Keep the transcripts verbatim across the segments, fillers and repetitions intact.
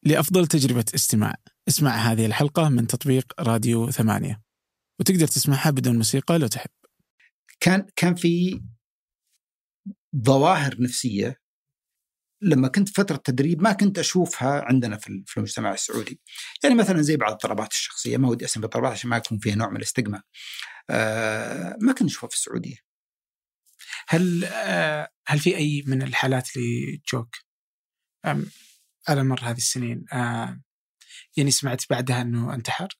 لأفضل تجربة استماع. اسمع هذه الحلقة من تطبيق راديو ثمانية، وتقدر تسمعها بدون موسيقى لو تحب. كان كان في ظواهر نفسية لما كنت فترة تدريب ما كنت أشوفها عندنا في في المجتمع السعودي. يعني مثلا زي بعض الاضطرابات الشخصية، ما ودي أسمي اضطرابات عشان ما يكون فيها نوع من الاستجمة، آه ما كنت أشوفها في السعودية. هل آه هل في أي من الحالات اللي جوك على مر هذه السنين آه يعني سمعت بعدها أنه انتحر؟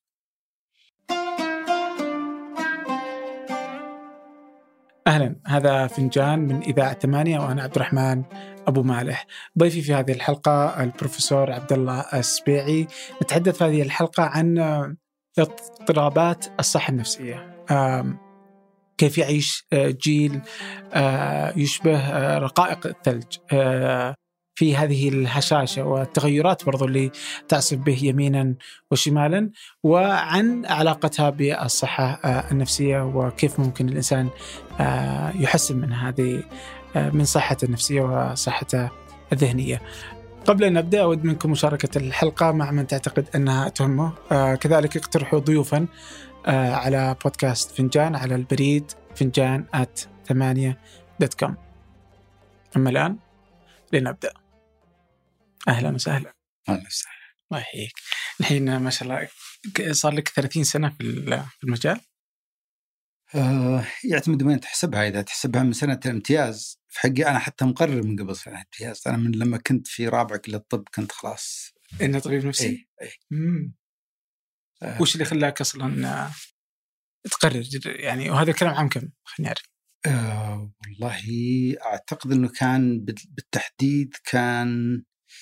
أهلا، هذا فنجان من إذاعة ثمانية وأنا عبد الرحمن أبو مالح. ضيفي في هذه الحلقة البروفيسور عبد الله السبيعي. نتحدث في هذه الحلقة عن اضطرابات الصحة النفسية، كيف يعيش جيل يشبه رقائق الثلج في هذه الهشاشة والتغيرات برضو اللي تعصف به يمينا وشمالا، وعن علاقتها بالصحة النفسية وكيف ممكن الإنسان يحسن من هذه من صحته النفسية وصحته الذهنية. قبل أن نبدأ أود منكم مشاركة الحلقة مع من تعتقد أنها تهمه، كذلك اقترحوا ضيوفا على بودكاست فنجان على البريد فنجان آت ثمانية دوت كوم. أما الآن لنبدأ. أهلا وسهلا. أهلا وسهلا. الله يحييك. الحين ما شاء الله صار لك ثلاثين سنة في المجال. آه يعتمد وين تحسبها. إذا تحسبها من سنة الامتياز في حقي أنا حتى مقرر من قبل سنة الامتياز. أنا من لما كنت في رابع كلية الطب كنت خلاص إنه طبيب نفسي. إيه إيه. آه. وش اللي خلاك أصلا تقرر يعني؟ وهذا الكلام عام كم خليني أعرف؟ آه والله أعتقد أنه كان بالتحديد كان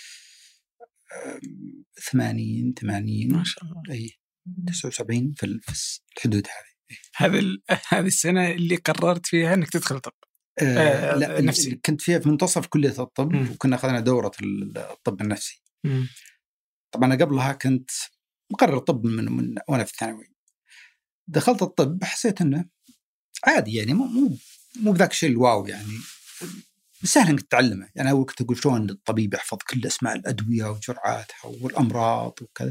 ثمانين ثمانين ما شاء الله. أي تسعة وسبعين في الحدود هذه. هذه هذه السنة اللي قررت فيها إنك تدخل طب. آه آه لا نفسي. كنت فيها في منتصف كلية الطب. م. وكنا أخذنا دورة الطب النفسي. م. طبعا أنا قبلها كنت مقرر طب من, من وأنا في الثانوي. دخلت الطب حسيت إنه عادي، يعني مو مو مو بذاك الشيء الواو، يعني سهل إنك تتعلمه. يعني أول كنت أقول شلون الطبيب يحفظ كل أسماء الأدوية وجرعاتها والأمراض وكذا،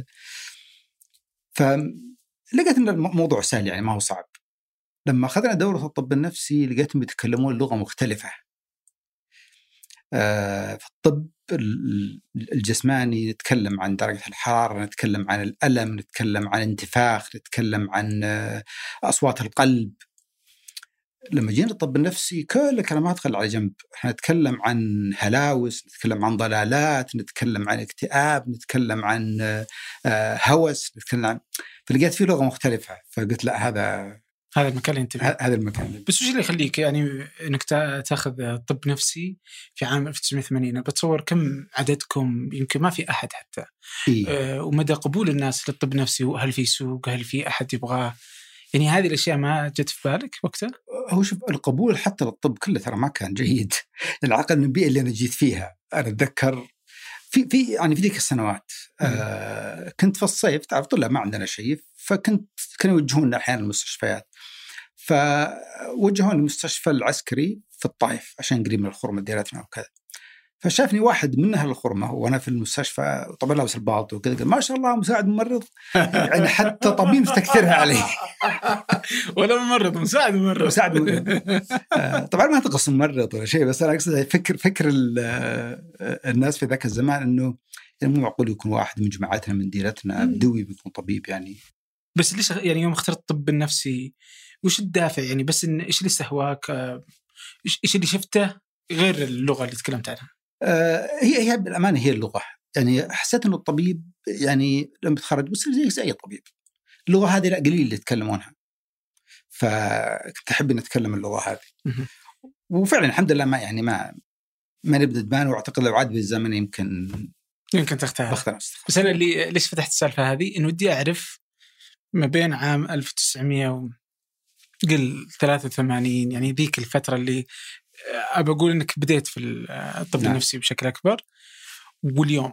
فلقيت إن الموضوع سهل يعني ما هو صعب. لما أخذنا دورة الطب النفسي لقيتهم يتكلمون لغة مختلفة. آه في الطب الجسماني نتكلم عن درجة الحرارة، نتكلم عن الألم، نتكلم عن انتفاخ، نتكلم عن آه أصوات القلب. لما جينا الطب النفسي كل الكلمات خل على جنب. احنا نتكلم عن هلاوس، نتكلم عن ضلالات، نتكلم عن اكتئاب، نتكلم عن آه هوس، نتكلم عن... فلقيت فيه لغة مختلفة. فقلت لا هذا هذا المكان اللي انت فيه. هذا المكان. بس وش اللي يخليك يعني انك تاخذ طب نفسي في عام ألف وتسعمائة وثمانين؟ بتصور كم عددكم؟ يمكن ما في احد حتى. إيه؟ أه ومدى قبول الناس للطب النفسي، وهل في سوق؟ هل في احد يبغاه؟ يعني هذه الاشياء ما جت في بالك وقتها؟ هو شوف القبول حتى للطب كله ترى ما كان جيد. العقل من البيئة اللي انا جيت فيها. انا اتذكر في في يعني في ذيك السنوات آه كنت في الصيف، تعرف طلع ما عندنا شيء، فكنت كانوا يوجهوننا احيانا المستشفيات. فوجهوني المستشفى العسكري في الطائف عشان قريب من الخرمة ديرتنا وكذا. فشافني واحد من أهل الخرمة وأنا في المستشفى طبعا لابس الباط وكذا، قال ما شاء الله مساعد ممرض. يعني حتى طبيب مستكثرها عليه. ولا ممرض، مساعد ممرض. مساعد ممرض. طبعا ما تقص ممرض ولا شيء، بس أنا أقصد فكر فكر الناس في ذاك الزمان إنه يعني مو معقول يكون واحد من جماعتنا من ديرتنا بدوي بيكون طبيب يعني. بس ليش يعني يوم اخترت الطب النفسي وش الدافع يعني؟ بس إن إيش اللي استهواك؟ إيش إيش اللي شفته غير اللغة اللي تكلمت عنها؟ آه هي هي بالأمانة هي اللغة. يعني حسيت إنه الطبيب يعني لما تخرج بصير زي زي طبيب. اللغة هذه لا قليل اللي يتكلمونها، فكنت أحب إن أتكلم اللغة هذه. وفعلا الحمد لله ما يعني ما ما نبدأ دبان. وأعتقد لو عاد بالزمن يمكن يمكن تختار. بختار. بس أنا اللي ليش فتحت السالفة هذه إنه ودي أعرف ما بين عام ألف وتسعمائة وقل ثلاثة وثمانين، يعني ذيك الفترة اللي أبى أقول إنك بديت في الطب نعم. النفسي بشكل أكبر، واليوم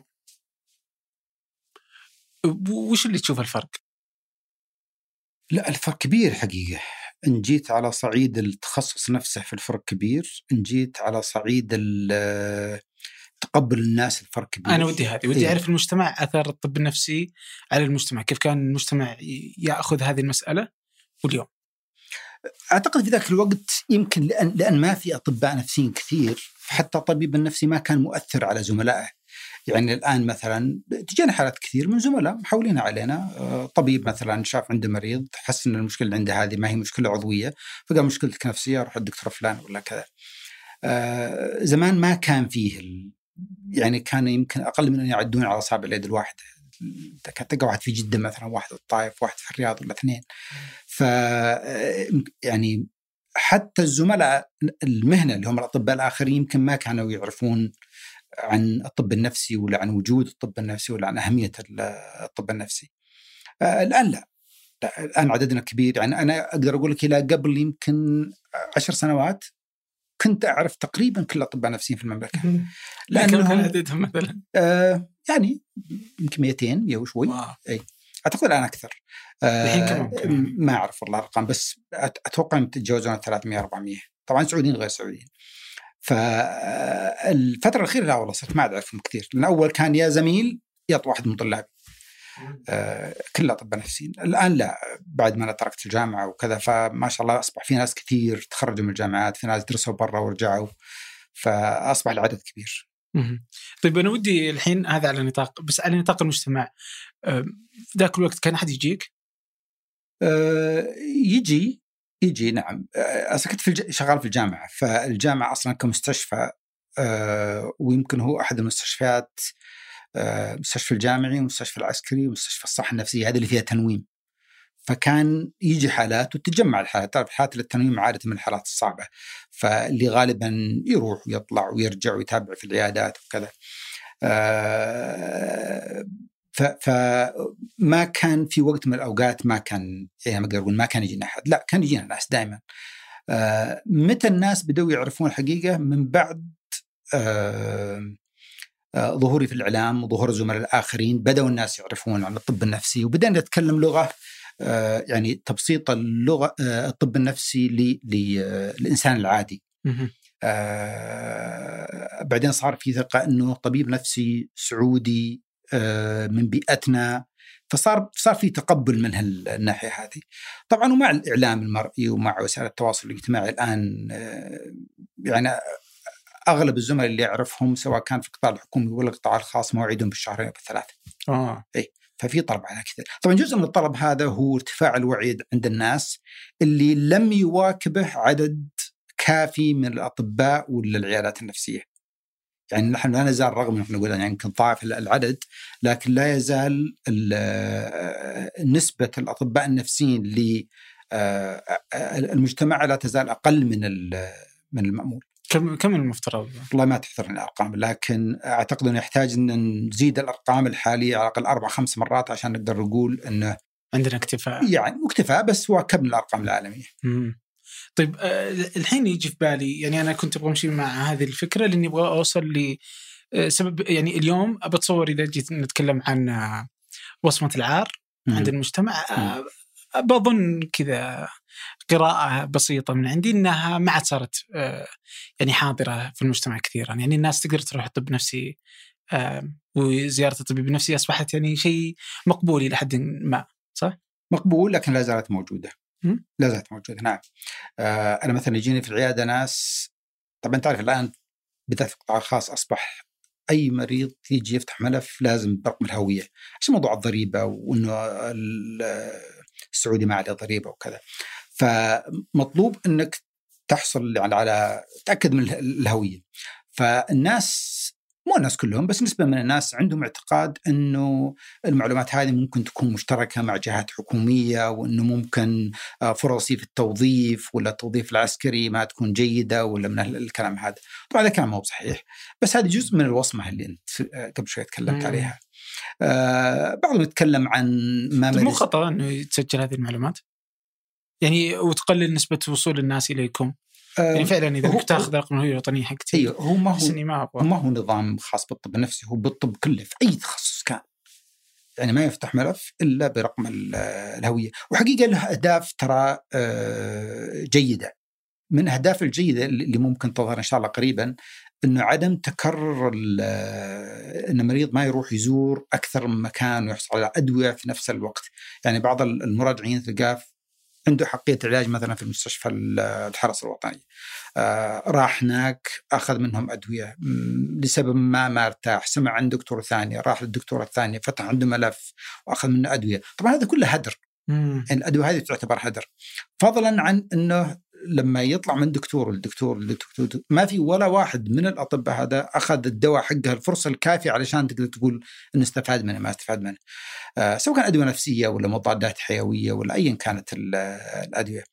وش اللي تشوف الفرق؟ لا الفرق كبير حقيقة. إن جيت على صعيد التخصص نفسه في الفرق كبير. إن جيت على صعيد تقبل الناس الفرق كبير. أنا ودي هذه ودي إيه؟ أعرف المجتمع أثر الطب النفسي على المجتمع، كيف كان المجتمع يأخذ هذه المسألة واليوم. أعتقد في ذاك الوقت يمكن لأن, لأن ما في أطباء نفسيين كثير، حتى الطبيب النفسي ما كان مؤثر على زملائه. يعني الآن مثلا تجينا حالات كثير من زملاء محاولين علينا، طبيب مثلا شاف عنده مريض حس أن المشكلة اللي عنده هذه ما هي مشكلة عضوية، فقال مشكلتك نفسية، روح الدكتور فلان ولا كذا. زمان ما كان فيه ال... يعني كان يمكن أقل من أن يعدون على أصابع اليد الواحدة. تلقى واحد في جدة مثلا، واحد في الطائف، واحد في الرياض، ولا اثنين. ف يعني حتى الزملاء المهنة اللي هم الأطباء الآخرين يمكن ما كانوا يعرفون عن الطب النفسي ولا عن وجود الطب النفسي ولا عن أهمية الطب النفسي. الآن لا, لا الآن عددنا كبير. يعني أنا أقدر أقول لك إلى قبل يمكن عشر سنوات كنت أعرف تقريبا كل الأطباء النفسيين في المملكة. لأنهم كان عددهم مثلا آه يعني يمكن مئتين مئة وشوي. أي أعتقد الآن أكثر. آه ما أعرف والله الأرقام، بس أتوقع أن تتجاوزون ثلاثمئة أربعمئة، طبعا سعوديين غير سعوديين. فالفترة الأخيرة لا والله صرت ما أعرفهم كثير، لأن أول كان يا زميل يا واحد من طلابي آه كل أطباء نفسيين. الآن لا، بعد ما أنا تركت الجامعة وكذا فما شاء الله أصبح في ناس كثير تخرجوا من الجامعات، في ناس درسوا برا ورجعوا، فأصبح العدد كبير. طيب أنا ودي الحين هذا على نطاق، بس على نطاق المجتمع. ذاك الوقت كان أحد يجيك؟ أه يجي يجي نعم. أصلا كنت في الج... شغال في الجامعة، فالجامعة أصلا كمستشفى أه ويمكن هو أحد المستشفيات، أه مستشفى الجامعي ومستشفى العسكري ومستشفى الصحة النفسية، هذه اللي فيها تنويم. فكان يجي حالات وتتجمع الحالات، تعرف حالات التنويم عادة من الحالات الصعبة، فاللي غالبا يروح ويطلع ويرجع ويتابع في العيادات وكذا. أه فما كان في وقت من الأوقات ما كان يعني ما أقدر أقول ما كان يجينا أحد، لا كان يجينا ناس دائما. أه متى الناس بدأوا يعرفون الحقيقة؟ من بعد أه أه ظهوري في الإعلام وظهور الزملاء الآخرين، بدأوا الناس يعرفون عن الطب النفسي، وبدأنا نتكلم لغة أه يعني تبسيط اللغة أه الطب النفسي للإنسان العادي. أه بعدين صار في ثقة أنه طبيب نفسي سعودي من بيئتنا، فصار صار في تقبل من هالناحية هذه. طبعا ومع الإعلام المرئي ومع وسائل التواصل الاجتماعي الآن يعني أغلب الزملاء اللي يعرفهم سواء كان في القطاع الحكومي ولا القطاع الخاص مواعيدهم بالشهرين بالثلاثة. آه. أي ففي طلب على كثير. طبعا جزء من الطلب هذا هو ارتفاع الوعي عند الناس اللي لم يواكبه عدد كافي من الأطباء ولا العيادات النفسية. يعني نحن لا نزال رغم أن نقول يعني يمكن ضعف العدد، لكن لا يزال نسبة الأطباء النفسيين للمجتمع لا تزال أقل من من المأمول. كم كم المفترض؟ والله ما تحضرني الأرقام، لكن أعتقد أنه يحتاج أن نزيد الأرقام الحالية على الأقل أربع خمس مرات عشان نقدر نقول أنه عندنا اكتفاء. يعني اكتفاء بس واكبنا الأرقام العالمية. مم. طيب أه الحين يجي في بالي، يعني أنا كنت أبغى أمشي مع هذه الفكرة لأني أبغى أوصل لسبب. يعني اليوم أبتصور إذا جيت نتكلم عن وصمة العار مم. عند المجتمع، أه بظن كذا قراءة بسيطة من عندي أنها ما عاد صارت أه يعني حاضرة في المجتمع كثيرا. يعني الناس تقدر تروح طب نفسي أه وزيارة الطبيب النفسي أصبحت يعني شيء مقبول إلى حد ما، صح؟ مقبول، لكن لا زالت موجودة. لا زالت موجودة نعم. آه أنا مثلا يجيني في العيادة ناس، طبعا تعرف الآن بالذات في القطاع الخاص أصبح أي مريض يجي يفتح ملف لازم برقم الهوية عشان موضوع الضريبة، وإنه السعودي ما عليه ضريبة وكذا. فمطلوب إنك تحصل على على تأكد من الهوية. فالناس مو الناس كلهم بس نسبة من الناس عندهم اعتقاد أنه المعلومات هذه ممكن تكون مشتركة مع جهات حكومية، وأنه ممكن فرصي في التوظيف ولا التوظيف العسكري ما تكون جيدة ولا من الكلام هذا. طبعا هذا كلام مو صحيح، بس هذا جزء من الوصمة اللي أنت قبل شوي تكلمت عليها. آه بعضهم يتكلم عن ما مو خطأ أنه يتسجل هذه المعلومات يعني وتقلل نسبة وصول الناس إليكم. يعني فعلا إذا كنت تأخذ رقم الهوية الوطنية حقتي. أيوه هو ما هو ما, ما هو نظام خاص بالطب النفسي، هو بالطب كله في أي تخصص كان. يعني ما يفتح ملف إلا برقم الهوية، وحقيقة له أهداف ترى جيدة. من أهداف الجيدة اللي ممكن تظهر إن شاء الله قريبا إنه عدم تكرر إن المريض ما يروح يزور أكثر من مكان ويحصل على أدوية في نفس الوقت. يعني بعض المراجعين تلقاه عنده حقية علاج مثلا في المستشفى الحرس الوطني، آه راح هناك أخذ منهم أدوية لسبب ما ما ارتاح، سمع عن دكتور ثاني، راح للدكتور الثاني فتح عنده ملف وأخذ منه أدوية. طبعا هذا كله هدر، يعني الأدوية هذه تعتبر هدر، فضلا عن أنه لما يطلع من دكتور لدكتور لدكتور ما في ولا واحد من الأطباء هذا أخذ الدواء حقه الفرصة الكافية علشان تقدر تقول إنه استفاد منه ما استفاد منه، آه سواء كان أدوية نفسية ولا مضادات حيوية ولا أيا كانت الأدوية.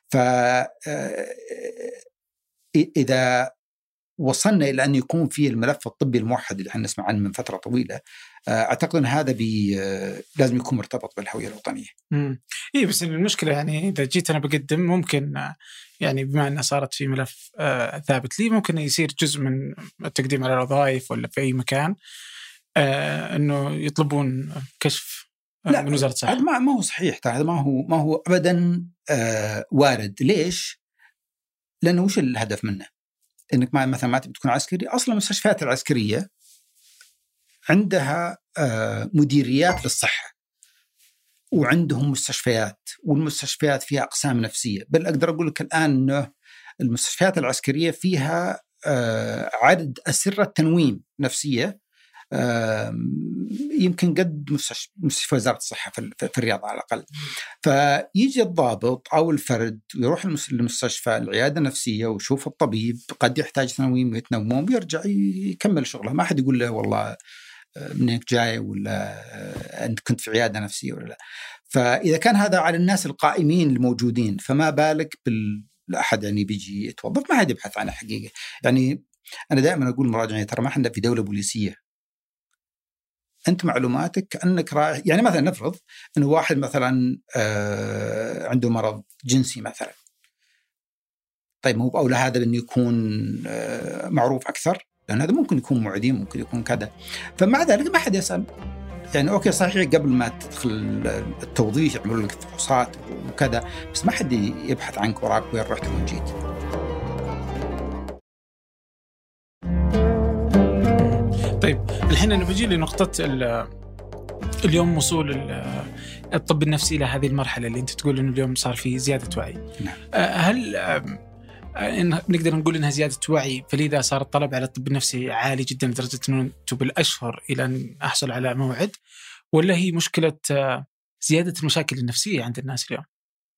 فإذا وصلنا إلى أن يكون فيه الملف الطبي الموحد اللي احنا نسمع عنه من فترة طويلة، أعتقد أن هذا بي لازم يكون مرتبط بالهوية الوطنية. امم إيه بس المشكلة يعني إذا جيت أنا بقدم ممكن يعني بما أنها صارت في ملف آه ثابت لي ممكن يصير جزء من التقديم على الوظائف ولا في أي مكان آه إنه يطلبون كشف آه من وزارة الصحة. هذا ما ما هو صحيح، هذا ما هو ما هو أبدا آه وارد. ليش؟ لأنه وش الهدف منه؟ إنك ما مثلا ما تبي تكون عسكري. أصلا المستشفيات العسكرية عندها آه مديريات للصحة وعندهم مستشفيات، والمستشفيات فيها أقسام نفسية. بل أقدر أقول لك الآن أنه المستشفيات العسكرية فيها آه عدد أسرة تنويم نفسية آه يمكن قد مستشفى وزارة الصحة في الرياض على الأقل. فيجي الضابط أو الفرد ويروح للمستشفى العيادة النفسية ويشوف الطبيب قد يحتاج تنويم ويتنوم ويرجع يكمل شغله. ما حد يقول له والله منك جاي ولا أنت كنت في عيادة نفسية ولا لا. فإذا كان هذا على الناس القائمين الموجودين فما بالك بالأحد يعني بيجي يتوظف ما حد يبحث عنه حقيقة. يعني أنا دائما أقول مراجعين ترى ما حنا في دولة بوليسية. أنت معلوماتك كأنك رايح، يعني مثلا نفرض أنه واحد مثلا آه عنده مرض جنسي مثلا، طيب مو بأولى هذا أنه يكون آه معروف أكثر، لأن هذا ممكن يكون معدم ممكن يكون كذا. فمع ذلك ما حد يسأل. يعني أوكي صحيح قبل ما تدخل التوظيف يعملوا لك فحوصات وكذا، بس ما حد يبحث عنك وراك وين رحت وين جيت. طيب الحين أنا بجي لنقطة اليوم وصول الطب النفسي إلى هذه المرحلة اللي أنت تقول إنه اليوم صار فيه زيادة وعي. نعم. هل إن نقدر نقول إنها زيادة وعي فلذا صار الطلب على الطب النفسي عالي جدا لدرجة إنه بالأشهر إلى أن أحصل على موعد، ولا هي مشكلة زيادة المشاكل النفسية عند الناس اليوم؟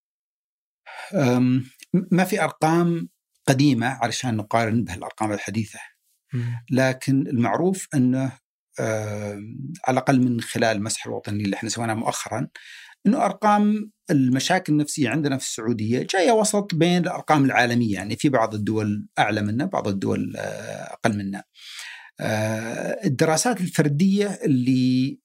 ما في أرقام قديمة علشان نقارن بهالأرقام الحديثة، لكن المعروف أنه على الأقل من خلال المسح الوطني اللي احنا سويناه مؤخرا أنه أرقام المشاكل النفسية عندنا في السعودية جاية وسط بين الأرقام العالمية. يعني في بعض الدول أعلى منا بعض الدول أقل منا. الدراسات الفردية اللي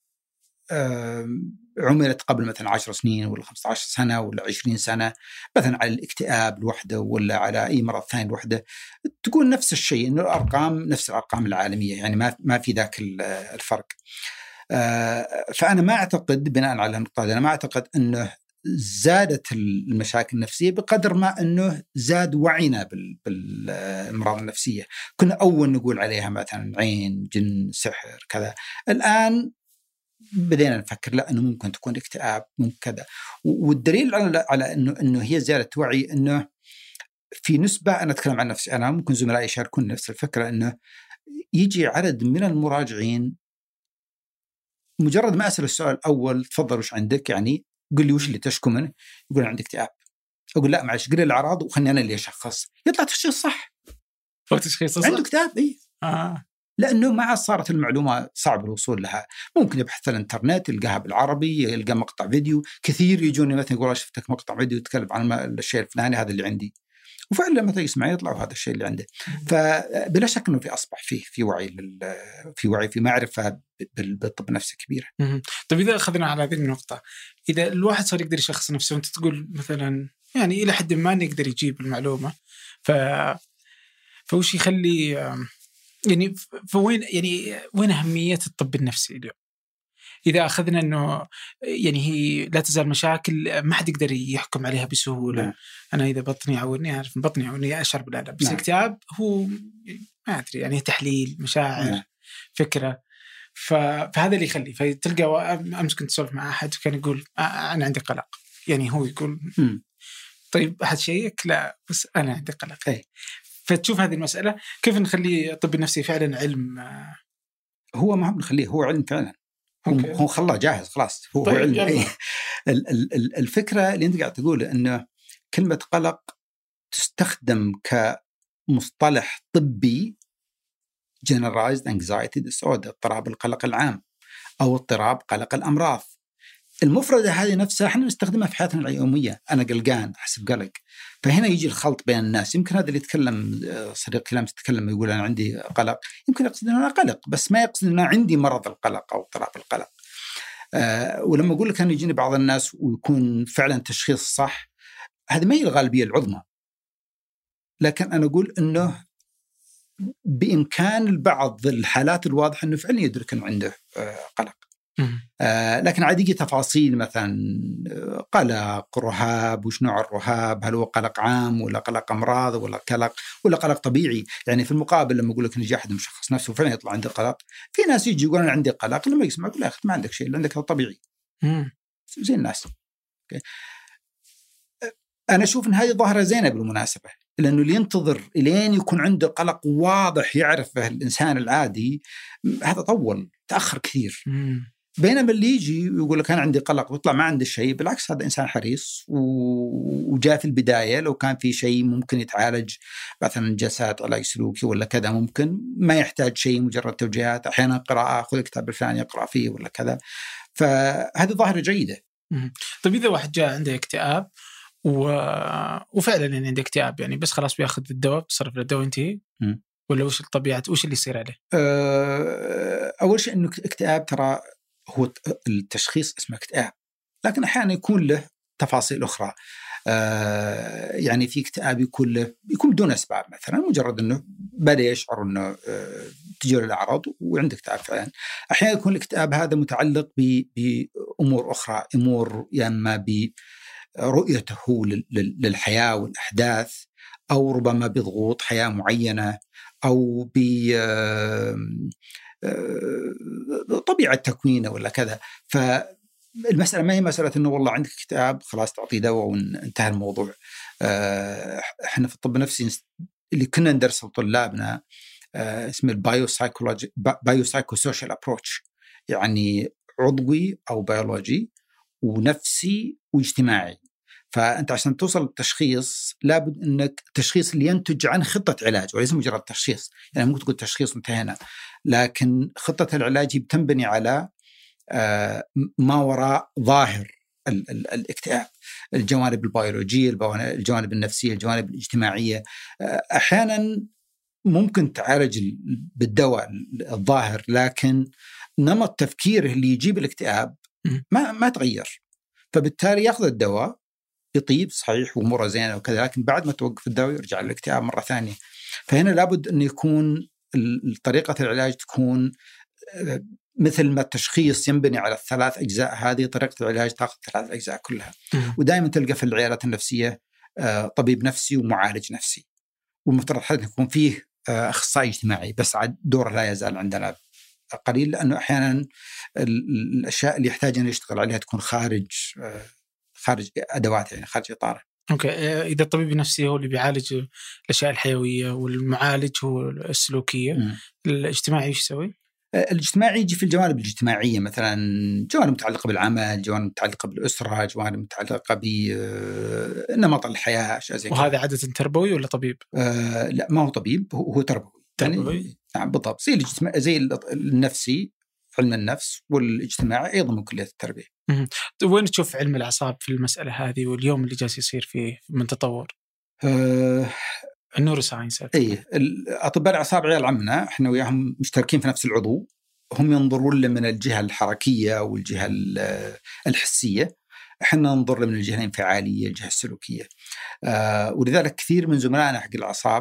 عملت قبل مثلا عشر سنين ولا خمسة عشر سنة ولا عشرين سنة مثلا على الاكتئاب لوحده ولا على أي مرض ثاني لوحده تقول نفس الشيء، إنه الأرقام نفس الأرقام العالمية، يعني ما ما في ذاك الفرق. فأنا ما أعتقد بناء على النقطة أنا ما أعتقد أنه زادت المشاكل النفسية بقدر ما أنه زاد وعينا بالأمراض النفسية. كنا أول نقول عليها مثلا عين جن سحر كذا، الآن بدينا نفكر لا أنه ممكن تكون اكتئاب ممكن كذا. والدليل على على أنه أنه هي زيادة وعي أنه في نسبة، أنا أتكلم عن نفسي أنا ممكن زملائي يشاركون نفس الفكرة، أنه يجي عدد من المراجعين مجرد ما أسأل السؤال الأول تفضل وش عندك، يعني قل لي وش اللي تشكو منه، يقول عندك اكتئاب. أقول لا معلش قل لي الأعراض وخلني أنا اللي أشخص. يطلع تشخيص صح، تشخيص صح، عنده اكتئاب. إيه آه. لأنه ما صارت المعلومة صعب الوصول لها. ممكن يبحث في الانترنت يلقاها بالعربي، يلقى مقطع فيديو. كثير يجوني مثلا يقول شفتك مقطع فيديو يتكلم عن الشيء الفلاني هذا اللي عندي، وفعلا لما يسمع يطلع هذا الشيء اللي عنده. فبلا شك انه في اصبح فيه في وعي في وعي في معرفه بالطب النفسي كبيره. طيب اذا اخذنا على هذه النقطه، اذا الواحد صار يقدر يشخص نفسه وانت تقول مثلا يعني الى حد ما يقدر يجيب المعلومه، ف فوش يخلي يعني فوين يعني وين اهميه الطب النفسي اليوم؟ إذا أخذنا أنه يعني هي لا تزال مشاكل ما حد يقدر يحكم عليها بسهولة. نعم. أنا إذا بطني عورني أعرف بطني عورني أشعر بالألم. بس نعم. الاكتئاب هو ما أدري يعني تحليل مشاعر. نعم. فكرة. فهذا اللي يخلي فتلقى أمس كنت أسولف مع أحد وكان يقول أنا عندي قلق، يعني هو يقول م. طيب أحد شيك لا بس أنا عندي قلق. أي. فتشوف هذه المسألة كيف نخلي الطب النفسي فعلا علم. هو ما هو نخليه هو علم فعلا. أوكي. هو خلاه جاهز خلاص هو, طيب هو علم. أي. الفكرة اللي أنت قاعد تقول إنه كلمة قلق تستخدم كمصطلح طبي generalized anxiety disorder، اضطراب القلق العام أو اضطراب قلق الأمراض. المفردة هذه نفسها احنا نستخدمها في حياتنا اليومية، أنا قلقان أحس بقلق. فهنا يجي الخلط بين الناس. يمكن هذا اللي يتكلم صديق كلام تتكلم يقول أنا عندي قلق، يمكن يقصد أن أنا قلق بس ما يقصد أن أنا عندي مرض القلق أو اضطراب القلق. أه ولما أقول لك أن يجيني بعض الناس ويكون فعلا تشخيص صح، هذا ما هي الغالبية العظمى، لكن أنا أقول أنه بإمكان البعض الحالات الواضحة أنه فعلا يدرك أنه عنده أه قلق. آه لكن عادي تفاصيل مثلا قلق رهاب، وش نوع الرهاب، هل هو قلق عام ولا قلق أمراض ولا قلق ولا قلق طبيعي. يعني في المقابل لما أقول لك نجي أحد مشخص نفسه وفعلا يطلع عنده قلق، في ناس يجي يقولون عندي قلق لما يسمع يقول لا أخي ما عندك شيء اللي عندك هذا طبيعي زي الناس. أوكي. أنا أشوف أن هذه ظاهرة زينة بالمناسبة، لأنه اللي ينتظر إلين يكون عنده قلق واضح يعرفه الإنسان العادي هذا طول تأخر كثير. مم. بينما اللي يجي ويقول لك أنا عندي قلق ويطلع ما عنده شيء، بالعكس هذا إنسان حريص وجاء في البداية لو كان في شيء ممكن يتعالج مثلا جلسات علاج سلوكي ولا كذا، ممكن ما يحتاج شيء مجرد توجيهات، أحيانا قراءة خذ الكتاب الفلاني يقرأ فيه ولا كذا. فهذه ظاهرة جيدة. طيب إذا واحد جاء عنده اكتئاب و... وفعلا يعني عنده اكتئاب يعني بس خلاص بياخذ الدواء بتصرف له الدواء انتهي ولا وش الطبيعة وش اللي يصير عليه؟ أه... أول شيء إنه اكتئاب ترى هو التشخيص اسمه اكتئاب، لكن أحيانا يكون له تفاصيل أخرى. آه يعني في اكتئاب يكون له يكون بدون أسباب، مثلا مجرد أنه بدأ يشعر أنه آه تجيله الأعراض وعنده اكتئاب فعلا. أحيانا يكون الاكتئاب هذا متعلق بأمور أخرى، أمور يا إما برؤيته للحياة والأحداث، أو ربما بضغوط حياة معينة، أو ب طبيعة تكوينه ولا كذا. فالمسألة ما هي مسألة إنه والله عندك اكتئاب خلاص تعطي دواء وانتهى الموضوع. إحنا في الطب النفسي اللي كنا ندرسه لطلابنا اسمه البايوسايكولوجي بايوسايكوسوشيال أبروتش، يعني عضوي أو بيولوجي ونفسي واجتماعي. فأنت عشان توصل للتشخيص لابد أنك التشخيص اللي ينتج عن خطة علاج وليس مجرد تشخيص. يعني ممكن تقول تشخيص انتهينا، لكن خطة العلاج بتنبني على ما وراء ظاهر ال- ال- الاكتئاب، الجوانب البيولوجية، الجوانب النفسية، الجوانب الاجتماعية. أحيانا ممكن تعالج بالدواء الظاهر، لكن نمط تفكيره اللي يجيب الاكتئاب ما ما تغير، فبالتالي يأخذ الدواء يطيب صحيح وأموره زينة وكذا، لكن بعد ما توقف الدواء يرجع للاكتئاب مرة ثانية. فهنا لابد أن يكون طريقة العلاج تكون مثل ما التشخيص ينبني على الثلاث أجزاء، هذه طريقة العلاج تأخذ ثلاث أجزاء كلها. ودائما تلقى في العيادات النفسية طبيب نفسي ومعالج نفسي، والمفترض حتى يكون فيه أخصائي اجتماعي، بس عاد دوره لا يزال عندنا قليل، لأنه أحيانا الأشياء اللي يحتاج أن يشتغل عليها تكون خارج خارج أدوات، يعني خارج إطاره. أوكي. إذا الطبيب النفسي هو اللي بيعالج الأشياء الحيوية والمعالج هو السلوكية، م. الاجتماعي إيش يسوي؟ الاجتماعي يجي في الجوانب الاجتماعية، مثلا جوانب متعلقة بالعمل، جوانب متعلقة بالأسرة، جوانب متعلقة بنمط الحياة، أشياء زي كذا. وهذا عادة تربوي ولا طبيب؟ آه لا ما هو طبيب، هو, هو تربوي. تربوي؟ يعني نعم بالضبط، زي الاجتماع زي النفسي علم النفس، والاجتماعي أيضا من كلية التربية. وين تشوف علم الأعصاب في المسألة هذه واليوم اللي جالس يصير فيه من تطور؟ أه النورساينس. اي اطباء الاعصاب عيال عمنا، احنا وياهم مشتركين في نفس العضو، هم ينظرون له من الجهه الحركيه والجهه الحسيه، احنا ننظر له من الجهه الانفعاليه الجهه السلوكيه. آه ولذلك كثير من زملائنا حق الاعصاب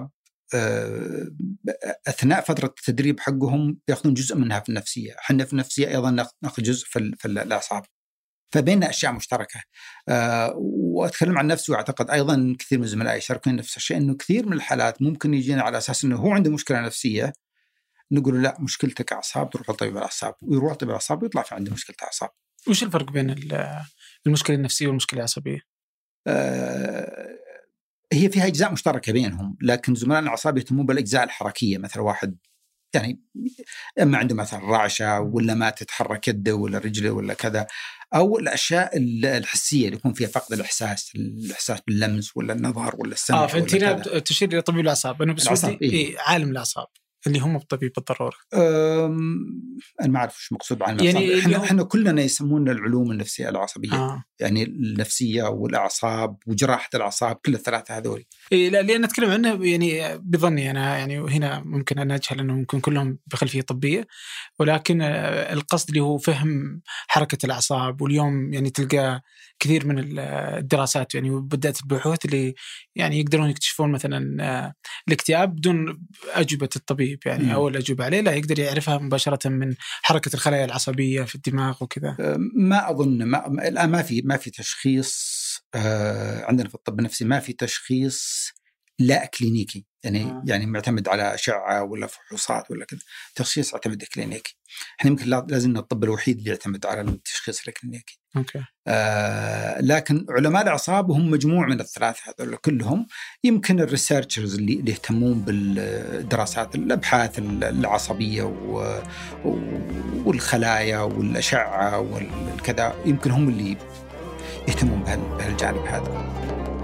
أثناء فترة التدريب حقهم يأخذون جزء منها في النفسية، حنا في النفسية أيضا نأخذ جزء في الأعصاب، فبيننا أشياء مشتركة. وأتكلم عن نفسي وأعتقد أيضا كثير من زملائي يشاركون نفس الشيء، أنه كثير من الحالات ممكن يجينا على أساس أنه هو عنده مشكلة نفسية، نقول لا مشكلتك أعصاب، تروح لطبيب الأعصاب، ويروح طبيب الأعصاب ويطلع في عنده مشكلة أعصاب. وش الفرق بين المشكلة النفسية والمشكلة العصبية؟ آه هي فيها أجزاء مشتركة بينهم، لكن زملاء الأعصاب يهتمون بالأجزاء الحركية. مثلا واحد يعني إما عنده مثلا رعشة ولا ما تتحرك يده ولا رجله ولا كذا، أو الأشياء الحسية اللي يكون فيها فقد الإحساس، الإحساس باللمس ولا النظر ولا السمع. آه فأنت هنا تشير إلى طبيب الأعصاب. أنا بس ودي إيه؟ إيه عالم الأعصاب اللي هم الطبيب بالضرورة. أنا ما أعرف وش مقصود بعلم الأعصاب. يعني إحنا, إحنا كلنا يسموننا العلوم النفسية العصبية. آه. يعني النفسية والأعصاب وجراحة الأعصاب، كل الثلاثة هذول. إيه لا لأن نتكلم عنه يعني بظني أنا، يعني هنا ممكن أن أجهل أنه ممكن كلهم بخلفية طبية، ولكن القصد اللي هو فهم حركة الأعصاب. واليوم يعني تلقى كثير من الدراسات يعني بدأت البحوث اللي يعني يقدرون يكتشفون مثلا الاكتئاب بدون أجوبة الطبيب يعني م. أو الأجوبة عليه، لا يقدر يعرفها مباشرة من حركة الخلايا العصبية في الدماغ وكذا. ما أظن ما الآن ما في ما في تشخيص آه عندنا في الطب النفسي، ما في تشخيص لا كلينيكي يعني آه. يعني معتمد على أشعة ولا فحوصات ولا كذا. تشخيص يعتمد كلينيكي. احنا يمكن لازم الطب الوحيد اللي يعتمد على التشخيص الكلينيكي. أوكي. آه لكن علماء الأعصاب هم مجموع من الثلاثة هذول كلهم. يمكن الريسيرشرز اللي, اللي يهتمون بالدراسات الأبحاث العصبية والخلايا والأشعة والكذا، يمكن هم اللي يهتمون بهالجانب هذا.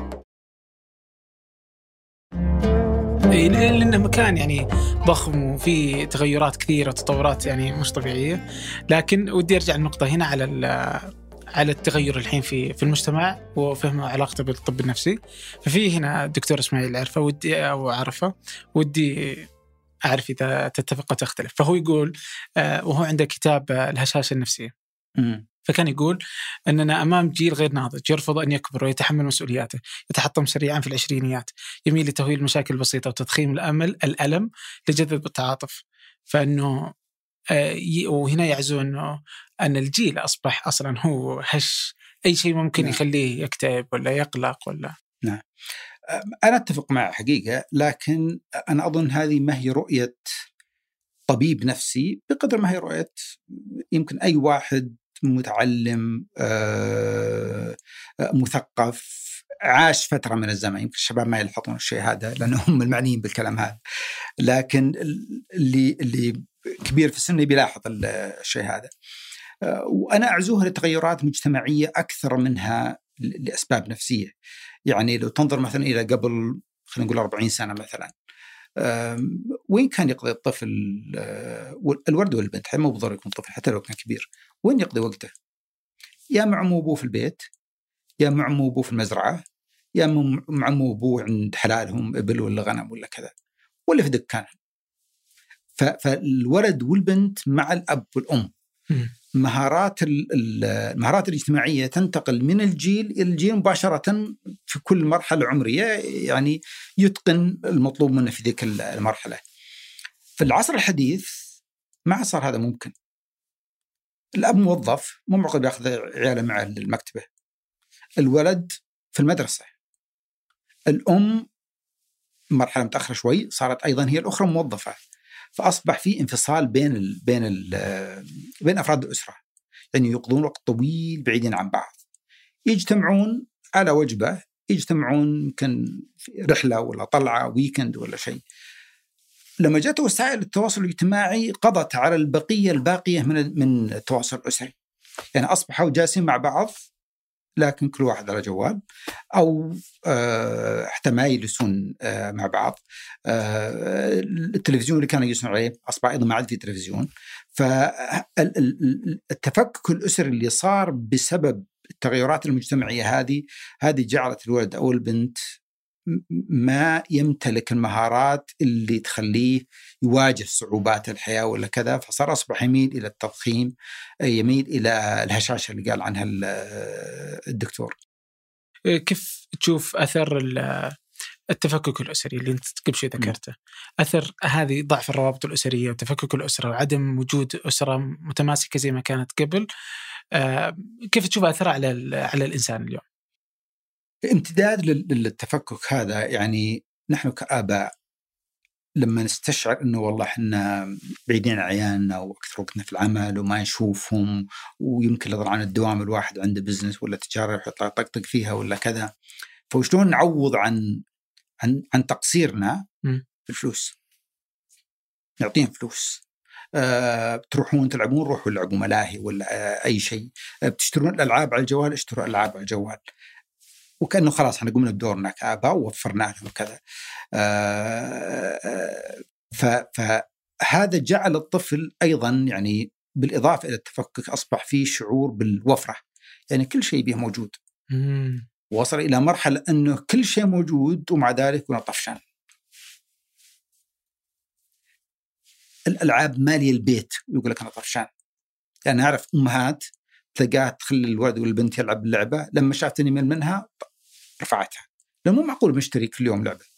لأنه مكان يعني ضخم وفي تغيرات كثيرة وتطورات يعني مش طبيعية. لكن ودي أرجع النقطة هنا على على التغير الحين في في المجتمع وفهم علاقته بالطب النفسي. ففي هنا الدكتور إسماعيل عرفة ودي أو عرفة ودي أعرف إذا تتفق وتختلف. فهو يقول وهو عنده كتاب الهشاشة النفسية، م. فكان يقول أننا أمام جيل غير ناضج يرفض أن يكبر ويتحمل مسؤولياته، يتحطم سريعا في العشرينيات، يميل لتهويل المشاكل البسيطة وتضخيم الأمل الألم لجذب التعاطف. فإنه وهنا يعزو أنه أن الجيل أصبح أصلا هو هش أي شيء ممكن نعم. يخليه يكتئب ولا يقلق ولا. نعم أنا أتفق معه حقيقة، لكن أنا أظن هذه ما هي رؤية طبيب نفسي بقدر ما هي رؤية يمكن أي واحد متعلم مثقف عاش فترة من الزمن. يمكن الشباب ما يلحظون الشيء هذا لأنهم المعنيين بالكلام هذا، لكن اللي اللي كبير في السن بيلاحظ الشيء هذا. وأنا أعزوها لتغيرات مجتمعية أكثر منها لأسباب نفسية. يعني لو تنظر مثلا إلى قبل خلينا نقول أربعين سنة مثلا، وين كان يقضي الطفل الورد والبنت؟ مو بالضروري يكون طفل حتى لو كان كبير، وين يقضي وقته؟ يا مع أمه وأبوه في البيت، يا مع أمه وأبوه في المزرعة، يا مع أمه وأبوه عند حلالهم إبل ولا غنم ولا كذا، ولا في دكان. فالولد والبنت مع الأب والأم. مهارات المهارات الاجتماعية تنتقل من الجيل إلى الجيل مباشرة في كل مرحلة عمرية، يعني يتقن المطلوب منه في ذيك المرحلة. في العصر الحديث ما صار هذا ممكن. الأب موظف مو معقول يأخذ عياله معه للمكتبة، الولد في المدرسة، الأم مرحلة متأخرة شوي صارت أيضا هي الأخرى موظفة، فأصبح في انفصال بين ال بين ال بين أفراد الأسرة، يعني يقضون وقت طويل بعيدين عن بعض، يجتمعون على وجبة، يجتمعون يمكن رحلة ولا طلعة ويكند ولا شيء. لما جاءت وسائل التواصل الاجتماعي قضت على البقية الباقية من من التواصل الأسري، يعني أصبحوا جالسين مع بعض لكن كل واحد على جوال، أو حتى ما يجلسون مع بعض. التلفزيون اللي كانوا يجلسون عليه أصبح أيضا ما عاد في تلفزيون. فالتفكك الأسري اللي صار بسبب التغيرات المجتمعية هذه هذه جعلت الولد أو البنت ما يمتلك المهارات اللي تخليه يواجه صعوبات الحياة ولا كذا، فصار أصبح يميل إلى التضخيم، يميل إلى الهشاشة اللي قال عنها الدكتور. كيف تشوف أثر التفكك الأسري اللي أنت قبل شوي ذكرته، أثر هذه ضعف الروابط الأسرية وتفكك الأسرة وعدم وجود أسرة متماسكة زي ما كانت قبل، آه كيف تشوف أثرها على على الإنسان اليوم؟ امتداد للتفكك هذا، يعني نحن كآباء لما نستشعر أنه والله إحنا بعيدين عن عيالنا وأكثر وقتنا في العمل وما نشوفهم، ويمكن لضر عن الدوام الواحد عنده بزنس ولا تجارة يطلع طقطق فيها ولا كذا، فوشلون نعوض عن عن عن تقصيرنا في الفلوس؟ نعطيهم فلوس. أه بتروحون تلعبون، روحوا لعبوا ملاهي ولا أه أي شيء. أه بتشترون الألعاب على الجوال، اشتروا ألعاب على الجوال، وكأنه خلاص احنا قمنا بدورنا كآباء ووفرنا لهم كذا. أه فهذا جعل الطفل أيضا يعني بالإضافة إلى التفكك أصبح فيه شعور بالوفرة، يعني كل شيء به موجود. مم. وصل إلى مرحلة أنه كل شيء موجود ومع ذلك يكون طفشان. الألعاب مالي البيت يقول لك أنا طفشان. يعني أعرف أمهات تلقاها تخلي الولد والبنت يلعب اللعبة، لما شافتني من منها رفعتها، لأنه مو معقول مشتري كل يوم لعبة.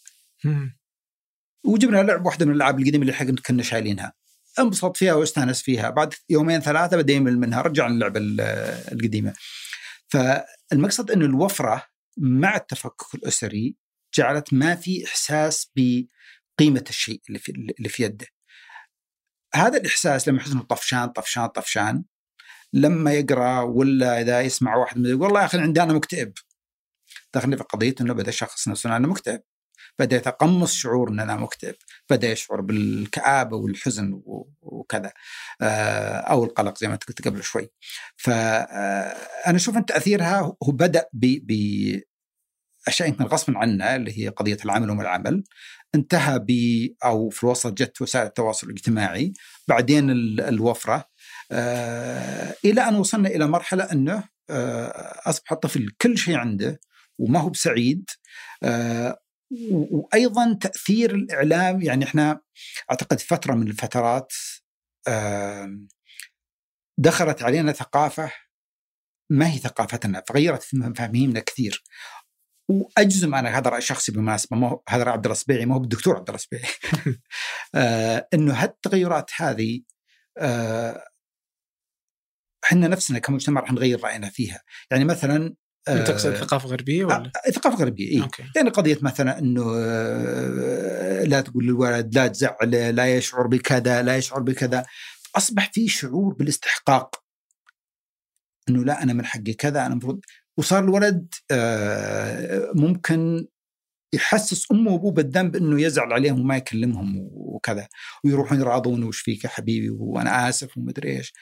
وجبنا لعبة واحدة من الألعاب القديمة اللي حقنا كنا شايلينها، انبسط فيها واستانس فيها، بعد يومين ثلاثة بدأ يمل منها، رجع اللعبة القديمة. فالمقصد أن الوفرة مع التفكك الأسري جعلت ما في إحساس بقيمة الشيء اللي في اللي في يده. هذا الإحساس لما يحس إنه طفشان طفشان طفشان، لما يقرأ ولا إذا يسمع واحد من يقول والله يا أخي عندي أنا مكتئب، دخلني في قضية إنه بدأ شخص نفسه أنا مكتئب، بدأ يتقمص شعور إن أنا مكتئب، بدأ يشعر بالكآبة والحزن وكذا، أو القلق زي ما قلت قبل شوي. فأنا أشوف أن تأثيرها هو بدأ بأشياء يمكن غصبا عنا اللي هي قضية العمل وما العمل، انتهى ب أو في الوسط جت وسائل التواصل الاجتماعي، بعدين الوفرة، آه إلى أن وصلنا إلى مرحلة أنه آه أصبح الطفل كل شيء عنده وما هو بسعيد. آه وأيضا تأثير الإعلام، يعني إحنا أعتقد فترة من الفترات آه دخلت علينا ثقافة ما هي ثقافتنا، فغيرت مفاهيمنا كثير. وأجزم أنا، هذا رأي شخصي بالمناسبة، ما هذا رأي عبد الله السبيعي، ما هو بالدكتور عبد الله السبيعي، آه إنه هالتغيرات هذه آه إحنا نفسنا كمجتمع راح نغير رأينا فيها. يعني مثلا آه تقصد ثقافة غربية ولا؟ آه ثقافة غربية، إيه. يعني قضية مثلا إنه آه لا تقول للولد لا تزعل، لا يشعر بكذا، لا يشعر بكذا، أصبح فيه شعور بالاستحقاق، إنه لا أنا من حقي كذا، أنا مفروض. وصار الولد آه ممكن يحسس أمه وأبوه بالذنب إنه يزعل عليهم وما يكلمهم وكذا، ويروحون يراضون وش فيك يا حبيبي وأنا آسف ومدري إيش.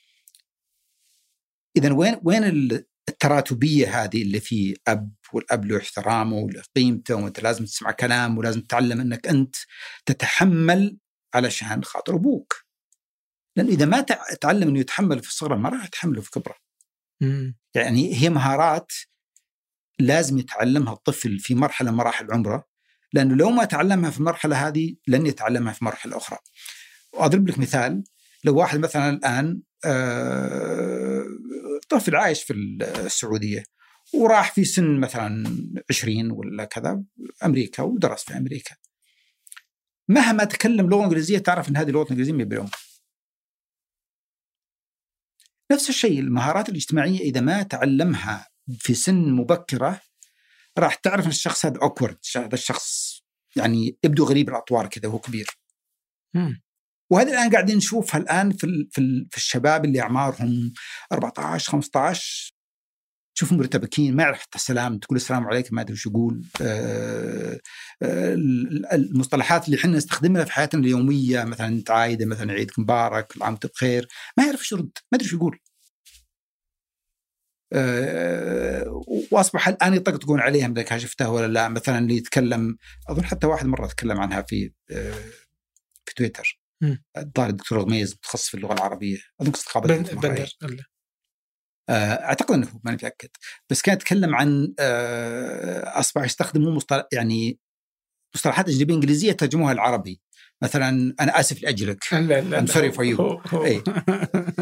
إذن وين وين التراتبية هذه اللي فيه أب، والأب له احترامه وله قيمته، وأنت لازم تسمع كلام ولازم تتعلم إنك أنت تتحمل علشان خاطر أبوك، لأن إذا ما تعلم إنه يتحمل في الصغر ما راح يتحمله في كبره. يعني هي مهارات لازم يتعلمها الطفل في مرحلة مراحل عمره، لأنه لو ما تعلمها في المرحلة هذه لن يتعلمها في مرحلة أخرى. وأضرب لك مثال، لو واحد مثلا الآن طفل عايش في السعودية وراح في سن مثلا عشرين ولا كذا أمريكا ودرس في أمريكا، مهما تكلم لغة إنجليزية تعرف أن هذه اللغة الإنجليزية ما بيلوم. نفس الشيء المهارات الاجتماعية إذا ما تعلمها في سن مبكرة راح تعرف أن الشخص هذا أوكورد، هذا الشخص يعني يبدو غريب الأطوار كذا وهو كبير. مم. وهذا الآن قاعدين نشوفها الآن في في في الشباب اللي أعمارهم أربعة عشر خمسة عشر، تشوفهم مرتبكين، ما يعرف حتى السلام، تقول السلام عليكم ما أدري وش يقول. آه آه المصطلحات اللي حنا نستخدمها في حياتنا اليومية، مثلا أنت عايدة، مثلا عيدك مبارك، العام وأنت بخير، ما يعرف وش يرد، ما أدري وش يقول. أه وأصبح الآن يطقطقون عليهم إذا شفتها ولا لا. مثلا اللي يتكلم، أظن حتى واحد مرة تكلم عنها في أه في تويتر، الظاهر الدكتور غميز متخصص في اللغة العربية، أظن قصة قابل أعتقد أنه ما متأكد، بس كان يتكلم عن أه أصبح يستخدموا مصطلح يعني مصطلحات أجنبية إنجليزية ترجموها العربي. مثلا أنا آسف لأجلك، I'm sorry for you.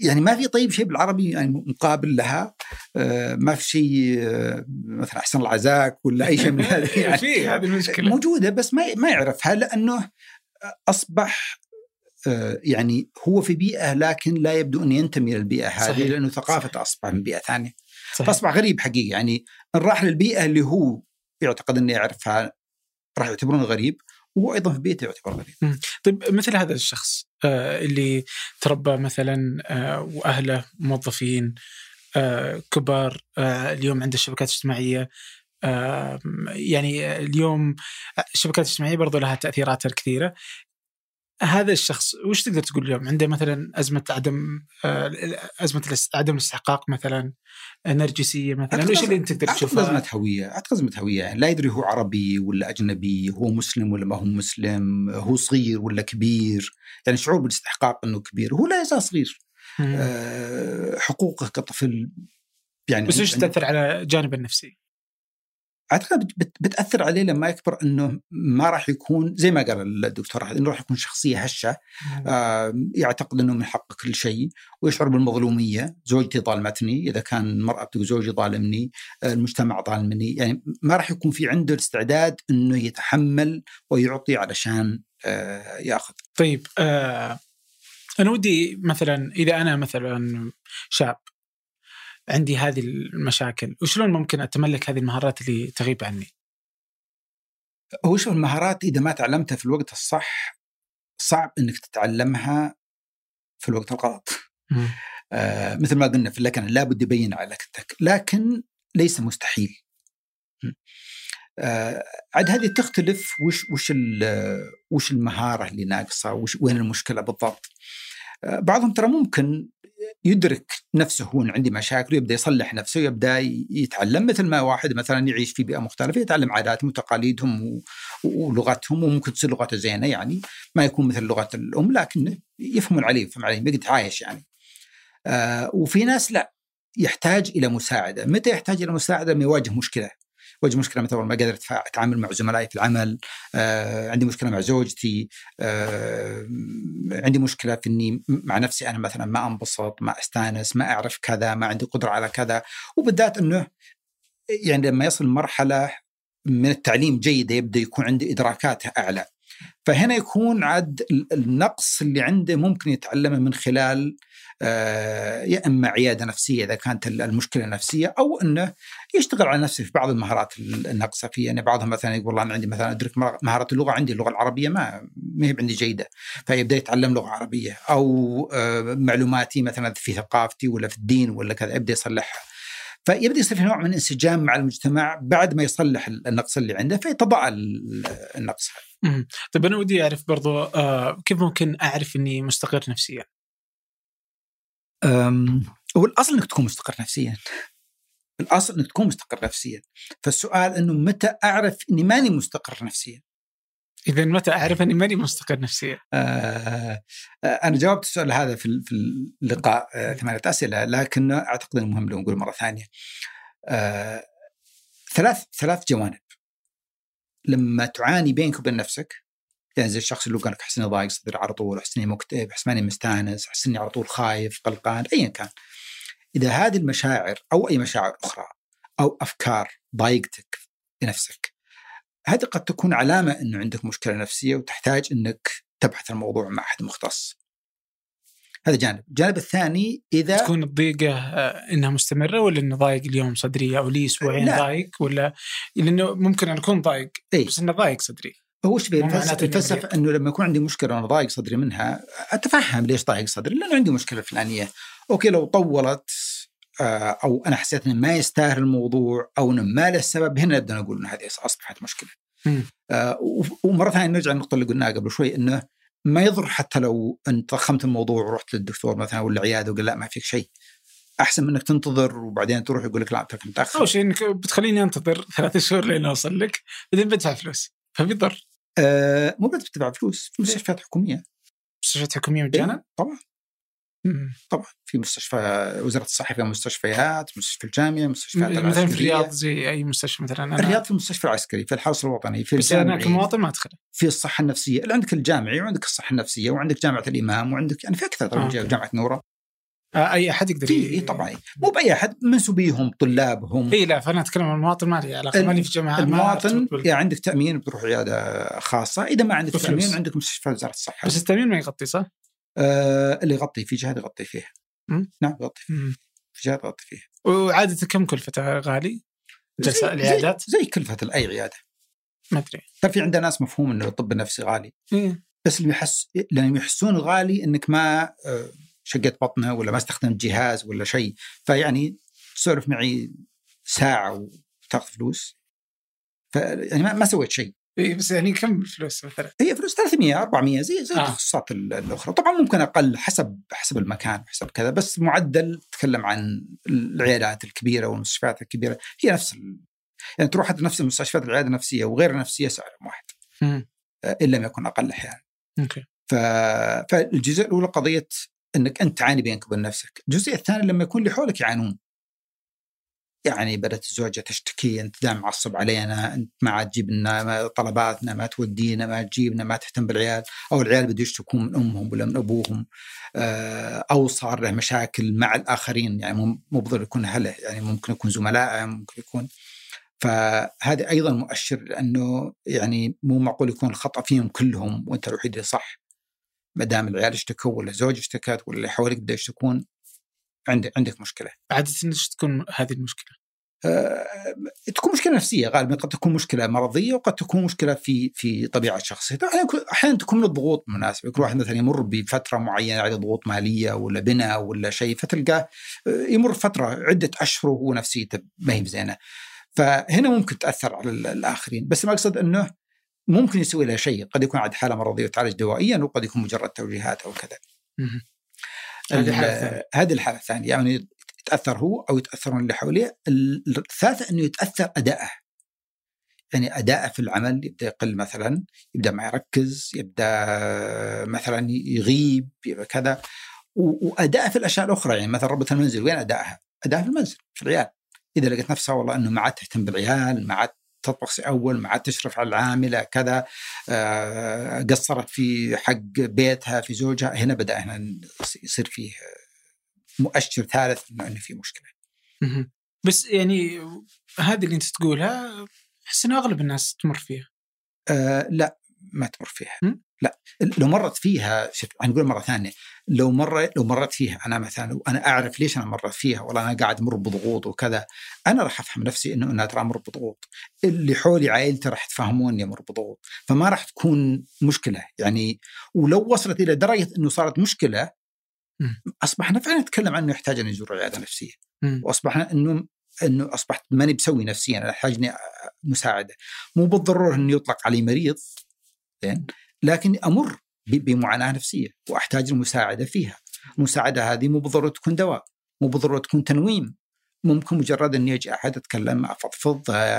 يعني ما في طيب شيء بالعربي يعني مقابل لها. آه ما في شيء آه مثلا أحسن العزاك ولا أي شيء من هذا يعني في هذه المشكلة موجودة بس ما ما يعرفها لأنه أصبح آه يعني هو في بيئة لكن لا يبدو أن ينتمي للبيئة هذه. صحيح. لأنه ثقافته أصبح من بيئة ثانية. صحيح. فأصبح غريب حقيقي يعني إن راح للبيئة اللي هو يعتقد أنه يعرفها راح يعتبرونه غريب وهو أيضا في بيئته يعتبر غريب. طيب مثل هذا الشخص آه اللي تربى مثلا آه وأهله موظفين آه كبار آه اليوم عنده شبكات اجتماعية آه يعني اليوم الشبكات الاجتماعية برضو لها تأثيرات الكثيرة. هذا الشخص وش تقدر تقول اليوم عنده مثلا أزمة عدم آه أزمة عدم الاستحقاق مثلا نرجسية مثلا وش اللي أنت تقدر تشوفه؟ أزمة هوية. أعتقد أزمة هوية يعني لا يدري هو عربي ولا أجنبي، هو مسلم ولا ما هو مسلم، هو صغير ولا كبير. يعني شعور بالاستحقاق أنه كبير هو لا يزال صغير. أه حقوقه كطفل يعني. بس وش تأثر على الجانب النفسي؟ أعتقد بتأثر عليه لما يكبر أنه ما راح يكون زي ما قال الدكتور أنه راح يكون شخصية هشة. آه يعتقد أنه من حقه كل شيء ويشعر بالمظلومية. زوجتي ظالمتني، إذا كان مرأة بتقول زوجي ظالمني، آه المجتمع ظالمني. يعني ما راح يكون في عنده الاستعداد أنه يتحمل ويعطي علشان آه يأخذ. طيب آه أنا ودي مثلا إذا أنا مثلا شاب عندي هذه المشاكل وشلون ممكن أتملك هذه المهارات اللي تغيب عني؟ هو شو المهارات إذا ما تعلمتها في الوقت الصح صعب إنك تتعلمها في الوقت الغلط. آه مثل ما قلنا في اللكنة لابد يبين علاقتك لكن ليس مستحيل. آه عاد هذه تختلف وش وش وش المهارة اللي ناقصة وش وين المشكلة بالضبط. آه بعضهم ترى ممكن يدرك نفسه هو عندي مشاكل ويبدأ يصلح نفسه ويبدأ يتعلم مثل ما واحد مثلا يعيش في بيئة مختلفة يتعلم عاداتهم وتقاليدهم ولغتهم وممكن تصير لغته زينة يعني ما يكون مثل لغة الأم لكن يفهمون عليه يفهم عليه بيقدر يتعايش يعني. آه وفي ناس لا يحتاج إلى مساعدة. متى يحتاج إلى مساعدة؟ لما يواجه مشكلة واجه مشكلة مثلا ما قدرت أتعامل مع زملائي في العمل. آه عندي مشكلة مع زوجتي. آه عندي مشكلة في إني مع نفسي أنا مثلا ما أنبسط ما أستانس ما أعرف كذا ما عندي قدرة على كذا. وبالذات أنه يعني لما يصل مرحلة من التعليم جيدة يبدأ يكون عنده إدراكات أعلى. فهنا يكون عد النقص اللي عنده ممكن يتعلمه من خلال آه يا إما عيادة نفسية إذا كانت المشكلة نفسية أو أنه يشتغل على نفسه في بعض المهارات الناقصة فيه. يعني بعضهم مثلا يقول أنا عندي مثلا أدرك مهارة اللغة عندي اللغة العربية ما ما هي عندي جيدة فيبدأ يتعلم لغة عربية أو آه معلوماتي مثلا في ثقافتي ولا في الدين ولا كذا يبدأ يصلحها. فيبدأ يصير في نوع من انسجام مع المجتمع بعد ما يصلح النقص اللي عنده فيتضاءل النقص. طيب أنا ودي أعرف برضو آه كيف ممكن أعرف أني مستقر نفسيا؟ هو الأصل أنك تكون مستقر نفسيا. الأصل أنك تكون مستقر نفسيا. فالسؤال أنه متى أعرف أني ماني مستقر نفسيا؟ إذا متى أعرف أني ماني مستقر نفسيا؟ آه أنا جاوبت السؤال هذا في في اللقاء آه ثمانية أسئلة لكن أعتقد أنه مهم لو نقول مرة ثانية. آه ثلاث ثلاث جوانب لما تعاني بينك وبين نفسك. يعني زي الشخص اللي قال لك حسني ضايق صدري على طول حسني مكتئب حسني مستانس حسني على طول خايف قلقان أيا كان. إذا هذه المشاعر أو أي مشاعر أخرى أو أفكار ضايقتك بنفسك هذه قد تكون علامة أنه عندك مشكلة نفسية وتحتاج أنك تبحث الموضوع مع أحد مختص. هذا جانب. الجانب الثاني إذا تكون الضيقة إنها مستمرة ولا إنه ضايق اليوم صدري أو لي أسبوعين ضايق ولا لأنه ممكن أن أكون ضايق إيه؟ بس إنه ضايق صدري. هو شبه الفلسفة, الفلسفة أنه لما يكون عندي مشكلة وأنا ضايق صدري منها أتفهم ليش ضايق صدري لأنه عندي مشكلة فلانية. أوكي لو طولت أو أنا حسيت أنه ما يستاهل الموضوع أو أنه ما له سبب هنا نبدأ نقول أن هذه أصبحت مشكلة. آه ومرة ثانية نرجع للنقطة اللي قلناها قبل شوي أنه ما يضر حتى لو أنت ضخمت الموضوع ورحت للدكتور مثلا ولا العيادة وقال لا ما فيك شيء أحسن منك تنتظر وبعدين تروح يقول لك لا أنت متأخر. أول شيء إنك بتخليني أنتظر ثلاثة شهور لين أوصل لك بعدين بدفع فلوس فبيضر. آه مو بس بتدفع فلوس في مستشفيات حكومية. مستشفيات حكومية مجانا؟ إيه؟ طبعا طبعا في مستشفى وزارة الصحة فيها مستشفيات مستشفى الجامعة مستشفيات مثلا في الرياض زي أي مستشفى مثلا أنا الرياض في المستشفى العسكري في الحرس الوطني في بس أنا كمواطن ما أدخل في الصحة النفسية اللي عندك الجامعي وعندك الصحة النفسية وعندك جامعة الإمام وعندك يعني في أكثر آه. جامعة نورة آه اي احد يقدر اي طبعا، مو باي احد، منسوبيهم طلابهم. اي لا، فانا اتكلم عن المواطن ما لي علاقه، مالي في جامعه. المواطن يعني عندك تامين بتروح عياده خاصه، اذا ما عندك بفلوس. تامين عندك مستشفى وزاره الصحه. بس التامين ما يغطي صح؟ آه اللي يغطي في جهه يغطي فيها. م? نعم يغطي فيها. في جهه يغطي فيها. وعاده كم كلفتها غالي؟ جلسة العيادات زي, زي كلفة أي عيادة. ما أدري. طيب في عندنا ناس مفهوم إنه الطب النفسي غالي. إيه؟ بس اللي يحس لأنهم يحسون الغالي إنك ما شقت بطنه ولا ما استخدمت جهاز ولا شيء، فيعني تسولف معي ساعة وتأخذ فلوس، فيعني ما, ما سويت شيء. إيه بس يعني كم الفلوس مثلا؟ هي فلوس ثلاثمية أربعمية زي زي التخصصات آه. الأخرى. طبعا ممكن أقل حسب حسب المكان وحسب كذا، بس معدل تكلم عن العيادات الكبيرة والمستشفيات الكبيرة هي نفس ال... يعني تروح حتى نفس المستشفيات العيادة النفسية وغير النفسية سعرهم واحد، إن لم يكن أقل أحيانا. أوكي. ف... فالجزء الأولى قضية أنك أنت تعاني بينك وبين نفسك. الجزء الثاني لما يكون اللي حولك يعانون، يعني بدأت الزوجة تشتكي، أنت دائما معصب علينا، أنت ما تجيب لنا طلباتنا، ما تودينا، ما تجيبنا، ما تهتم بالعيال، أو العيال بدوا يشتكون من أمهم ولا من أبوهم، أو صار له مشاكل مع الآخرين، يعني مو بضر يكون أهله، يعني ممكن يكون زملاء، ممكن يكون. فهذا أيضا مؤشر، لأنه يعني مو معقول يكون الخطأ فيهم كلهم وأنت الوحيد اللي صح. ما دام العيال اشتكوا ولا زوج اشتكت ولا اللي حواليك بدأ يشتكون، عندك عندك مشكلة. عادة إيش تكون هذه المشكلة؟ أه تكون مشكلة نفسية غالبا، قد تكون مشكلة مرضية، وقد تكون مشكلة في في طبيعة شخصيته. أحيانا تكون من الضغوط مناسبة، يكون واحد مثلا يمر بفترة معينة على ضغوط مالية ولا بناء ولا شيء، فتلقاه يمر فترة عدة أشهر وهو نفسيته ما هي بزينة، فهنا ممكن تأثر على الآخرين. بس ما أقصد أنه ممكن يسوي له شيء، قد يكون عند حالة مرضية وتعالج دوائيا، وقد يكون مجرد توجيهات أو كذا. هذه الحالة الثانية، يعني يتأثر هو أو يتأثرون اللي حواليه. الثالثة أنه يتأثر أداءه، يعني أداءه في العمل يبدأ يقل، مثلا يبدأ ما يركز، يبدأ مثلا يغيب، يبقى كذا. وأداءه في الأشياء الأخرى، يعني مثلا ربة المنزل، وين أداءها؟ أداءها في المنزل في العيال. إذا لقيت نفسها والله أنه ما عاد تهتم بالعيال، ما عاد تطبخ أول، ما عاد تشرف على العاملة كذا، آه قصرت في حق بيتها في زوجها، هنا بدأ هنا يصير فيه مؤشر ثالث إنه في مشكلة. بس يعني هذه اللي أنت تقولها أحس إن أغلب الناس تمر فيها. آه لا ما تمر فيها. م? لا لو مرت فيها، شوف أنا أقول مرة ثانية، لو مرة لو مرت فيها أنا مثلا، وأنا أعرف ليش أنا مرت فيها، ولا أنا قاعد أمر بضغوط وكذا، أنا راح أفهم نفسي إنه أنا ترى أمر بضغوط، اللي حولي عائلتي راح تفهموني أمر بضغوط، فما راح تكون مشكلة يعني. ولو وصلت إلى درجة إنه صارت مشكلة، م. أصبحنا فعلا نتكلم عنه يحتاج أن يزور عيادة نفسية، م. وأصبحنا إنه إنه أصبحت ماني بسوي نفسيا، أنا أحتاجني مساعدة. مو بالضرورة إنه يطلق علي مريض، لكن أمر بمعاناة نفسية وأحتاج المساعدة فيها. المساعدة هذه مو بالضرورة تكون دواء، مو بالضرورة تكون تنويم، ممكن مجرد أن يجي أحد أتكلم، أفضفض،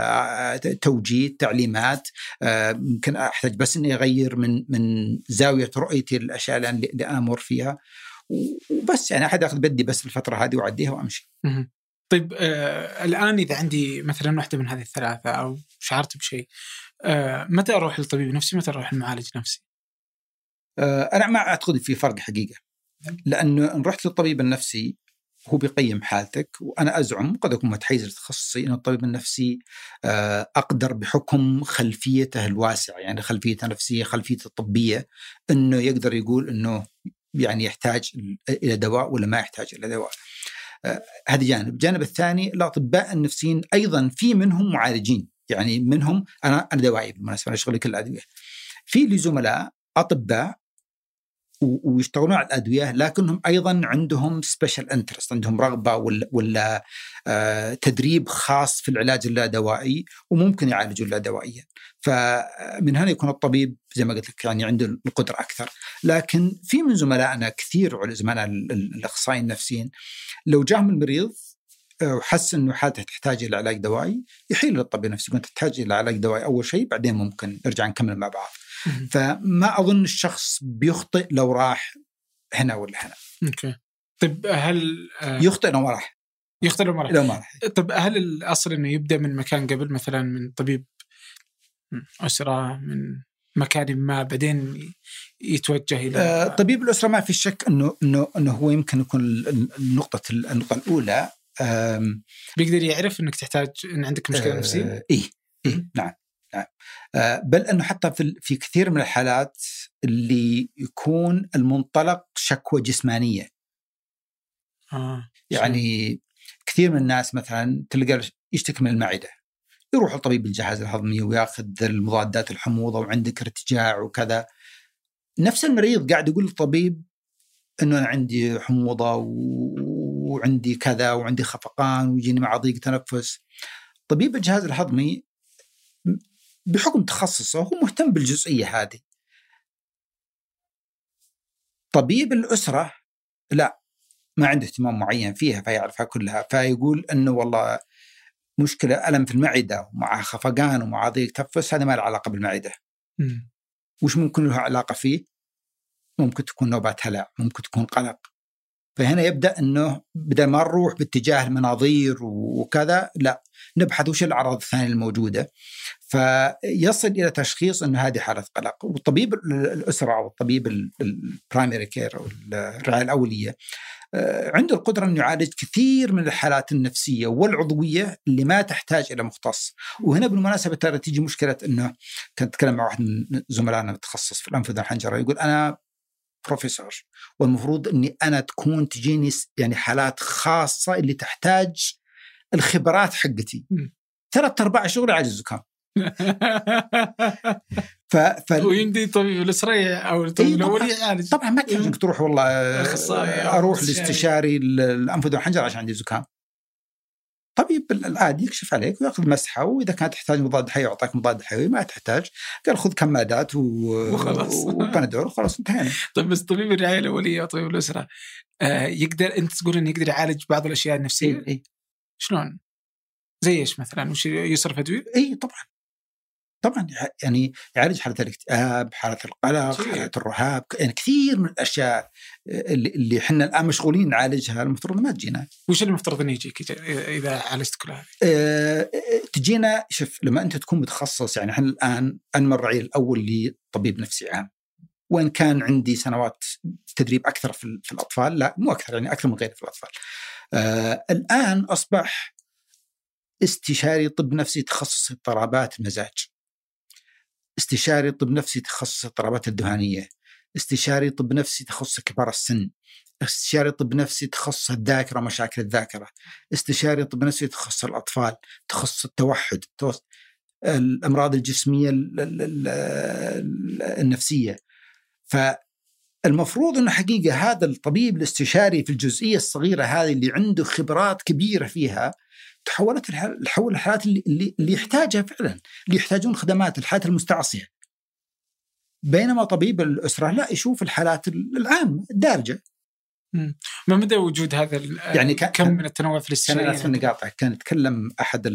توجيه، تعليمات، ممكن أحتاج بس أن يغير من من زاوية رؤيتي للأشياء اللي أنا أمر فيها، وبس يعني أحد أخذ بدي بس الفترة هذه وأعديها وأمشي. طيب آه الآن إذا عندي مثلا واحدة من هذه الثلاثة أو شعرت بشيء، آه متى أروح للطبيب نفسي، متى أروح للمعالج نفسي؟ آه أنا ما أعتقد في فرق حقيقة، لأنه إن رحت للطبيب النفسي هو بيقيم حالتك، وأنا أزعم قد أكون متحيز لتخصصي أن الطبيب النفسي آه أقدر بحكم خلفيته الواسعة، يعني خلفيته النفسية، خلفيته الطبية، أنه يقدر يقول أنه يعني يحتاج إلى دواء ولا ما يحتاج إلى دواء. آه هذا جانب. الجانب الثاني الأطباء النفسيين أيضا في منهم معالجين، يعني منهم أنا أنا دوائي بالمناسبة، أنا أشغل كل الأدوية. في لي زملاء أطباء ويشتغلون على الأدوية، لكنهم أيضا عندهم سبيشال انترست، عندهم رغبة ولا, ولا آه تدريب خاص في العلاج اللادوائي، وممكن يعالجوا اللادوائيا. فمن هنا يكون الطبيب زي ما قلت لك يعني عنده القدرة أكثر. لكن في من زملائنا كثير، زملاء الأخصائيين النفسيين، لو جاهم المريض وحس أنه حالته تحتاج إلى علاج دوائي، يحيل للطبيب النفسي، كنت تحتاج إلى علاج دوائي أول شيء، بعدين ممكن نرجع نكمل مع بعض. فما أظن الشخص بيخطئ لو راح هنا ولا هنا. أوكي. طيب هل يخطئ لو ما راح؟ يخطئ لو ما راح. لو ما راح. طب هل الأصل إنه يبدأ من مكان قبل، مثلا من طبيب أسرة، من مكان ما بعدين يتوجه إلى آه طبيب الأسرة ما في شك أنه إنه إنه هو يمكن يكون النقطة النقطة الأولى. بيقدر يعرف أنك تحتاج أن عندك مشكلة آه نفسية. إيه إيه نعم نعم. آه بل أنه حتى في في كثير من الحالات اللي يكون المنطلق شكوى جسمانية. آه يعني كثير من الناس مثلا تلقى يشتكي من المعدة، يروح لطبيب الجهاز الهضمي وياخذ المضادات الحموضة وعندك ارتجاع وكذا. نفس المريض قاعد يقول للطبيب انه انا عندي حموضة وعندي كذا وعندي خفقان ويجيني مع ضيق تنفس. طبيب الجهاز الهضمي بحكم تخصصه هو مهتم بالجزئية هذه. طبيب الأسرة لا، ما عنده اهتمام معين فيها فيعرفها كلها، فيقول انه والله مشكلة ألم في المعدة ومع خفقان ومع ضيق تنفس، هذا ما له علاقة بالمعدة. م. وش ممكن له علاقة فيه؟ ممكن تكون نوبات هلع، ممكن تكون قلق. فهنا يبدأ أنه بدل ما نروح باتجاه المناظير وكذا، لا، نبحث وش الأعراض الثانية الموجودة، فيصل إلى تشخيص أنه هذه حالة قلق. والطبيب الأسرة أو الطبيب البرايمري كير أو الرعاية الأولية عنده القدرة أن يعالج كثير من الحالات النفسية والعضوية اللي ما تحتاج إلى مختص. وهنا بالمناسبة ترى تيجي مشكلة أنه كنت أتكلم مع واحد من زملائنا متخصص في الأنف والحنجرة، يقول أنا بروفيسور والمفروض أني أنا تكون تجيني يعني حالات خاصة اللي تحتاج الخبرات حقتي، ثلاث أرباع شغل عاجز زكام. ف... ف... ويمدي طبيب الأسرة أو الطبيب الأولي يعالج. طبعا ما تحتاج إنك تروح والله أروح لاستشاري الأنف والحنجرة عشان عندي زكام. طبيب العادي يكشف عليك ويأخذ مسحة، وإذا كانت تحتاج مضاد حيوي يعطيك مضاد حيوي، ما تحتاج قال خذ كمادات و... وبندور وخلاص انتهينا. طيب بس طبيب الرعاية الأولية وطبيب الأسرة آه يقدر، أنت تقول إنه يقدر يعالج بعض الأشياء النفسية؟ إيه إيه. شلون؟ زي إيش مثلا؟ وش يصرف أدوية؟ إيه طبعا طبعا، يعني يعالج حالة الاكتئاب، حالة القلق، حالة الرهاب، يعني كثير من الأشياء اللي اللي إحنا الآن مشغولين نعالجها المفترض ما تجينا. وش المفترض أن يجيك إذا عالجت كل هذه؟ أه تجينا، شوف لما أنت تكون متخصص، يعني إحنا الآن أنا الرعيل الأول لطبيب نفسي عام، وإن كان عندي سنوات تدريب أكثر في, في الأطفال، لا مو أكثر، يعني أكثر من غيري في الأطفال. أه الآن أصبح استشاري طب نفسي تخصص اضطرابات المزاج، استشاري طب نفسي تخصص اضطرابات الذهانية، استشاري طب نفسي تخصص كبار السن، استشاري طب نفسي تخصص الذاكرة ومشاكل الذاكرة، استشاري طب نفسي تخصص الأطفال، تخصص التوحد، الأمراض الجسمية النفسية. فالمفروض أنه حقيقة هذا الطبيب الاستشاري في الجزئية الصغيرة هذه اللي عنده خبرات كبيرة فيها، تحولت الحول الحالات اللي, اللي يحتاجها فعلا، اللي يحتاجون خدمات الحالات المستعصية. بينما طبيب الأسرة لا، يشوف الحالات العامة الدارجة. ما مدى وجود هذا يعني كم من التنوع في الاستشاريين؟ كان أسفل نقاطع، كان يتكلم أحد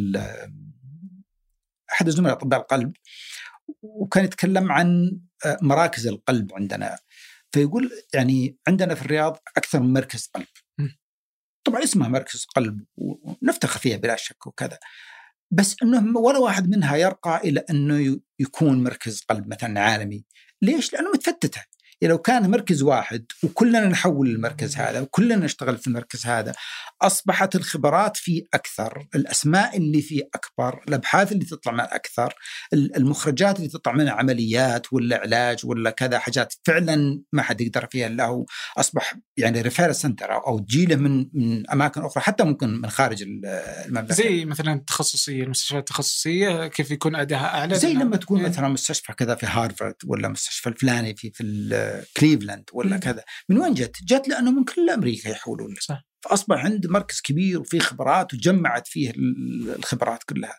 أحد الزملاء أطباء القلب، وكان يتكلم عن مراكز القلب عندنا، فيقول يعني عندنا في الرياض أكثر من مركز قلب. طبعا اسمها مركز قلب ونفتخر فيها بلا شك وكذا، بس أنه ولا واحد منها يرقى إلى أنه يكون مركز قلب مثلا عالمي. ليش؟ لأنه متفتتة. لو كان مركز واحد وكلنا نحول المركز هذا وكلنا نشتغل في المركز هذا، أصبحت الخبرات فيه أكثر، الأسماء اللي فيه أكبر، الأبحاث اللي تطلع منها أكثر، المخرجات اللي تطلع منها عمليات ولا علاج ولا كذا، حاجات فعلا ما حد يقدر فيها إلا هو. أصبح يعني ريفيرال سنتر أو تجيله من من أماكن أخرى، حتى ممكن من خارج المملكة، زي مثلا التخصصية، المستشفيات التخصصية كيف يكون أداها أعلى، زي لما تكون مثلا مستشفى كذا في هارفارد ولا مستشفى الفلاني في في كليفلاند ولا كذا. من وين جت؟ جت لأنه من كل أمريكا يحولون، صح. فأصبح عنده مركز كبير وفيه خبرات وجمعت فيه الخبرات كلها.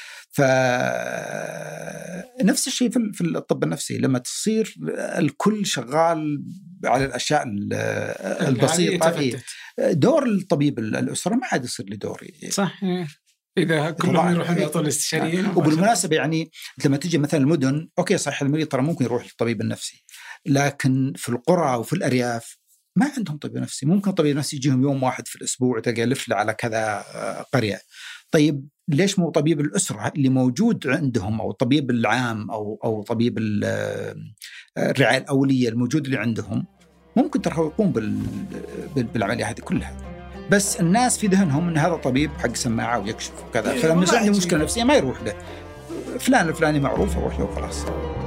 فنفس الشيء في الطب النفسي، لما تصير الكل شغال على الأشياء البسيطة، دور الطبيب الأسرة ما عاد يصير له دور، صح. إذا كلهم يروحون يعطون الاستشاريين. وبالمناسبة يعني لما تيجي مثلا المدن، أوكي صحيح المريض ترى ممكن يروح للطبيب النفسي، لكن في القرى وفي الأرياف ما عندهم طبيب نفسي. ممكن طبيب نفسي يجيهم يوم واحد في الأسبوع، تلقى لفلة على كذا قرية. طيب ليش مو طبيب الأسرة اللي موجود عندهم، أو الطبيب العام أو أو طبيب الرعاية الأولية الموجود اللي عندهم، ممكن ترى يقوم بالعملية هذه كلها، بس الناس في ذهنهم أن هذا طبيب حق سماعة ويكشف وكذا، فلما يصير عنده مشكلة نفسية ما يروح له، فلان الفلاني معروف أروح له وخلاص.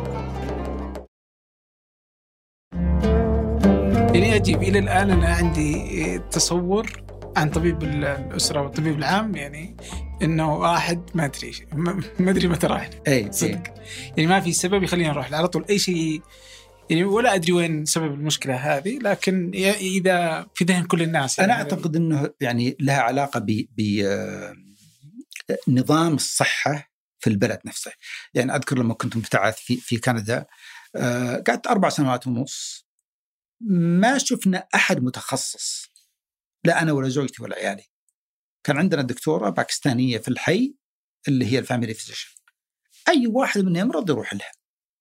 يعني أجيب إلى الآن أنا عندي تصور عن طبيب الأسرة والطبيب العام، يعني إنه واحد ما أدري ما أدري متى راح أي صدق، يعني ما في سبب يخليني أروح على طول أي شيء، يعني ولا أدري وين سبب المشكلة هذه، لكن إذا في ذهن كل الناس أنا يعني أعتقد إنه يعني لها علاقة بنظام الصحة في البلد نفسه. يعني أذكر لما كنت مبتعث في في كندا، آه قعدت أربع سنوات ونص ما شفنا أحد متخصص، لا أنا ولا زوجتي ولا عيالي. كان عندنا دكتورة باكستانية في الحي اللي هي الفاميلي فيزيشن، أي واحد منا يمرض يروح لها،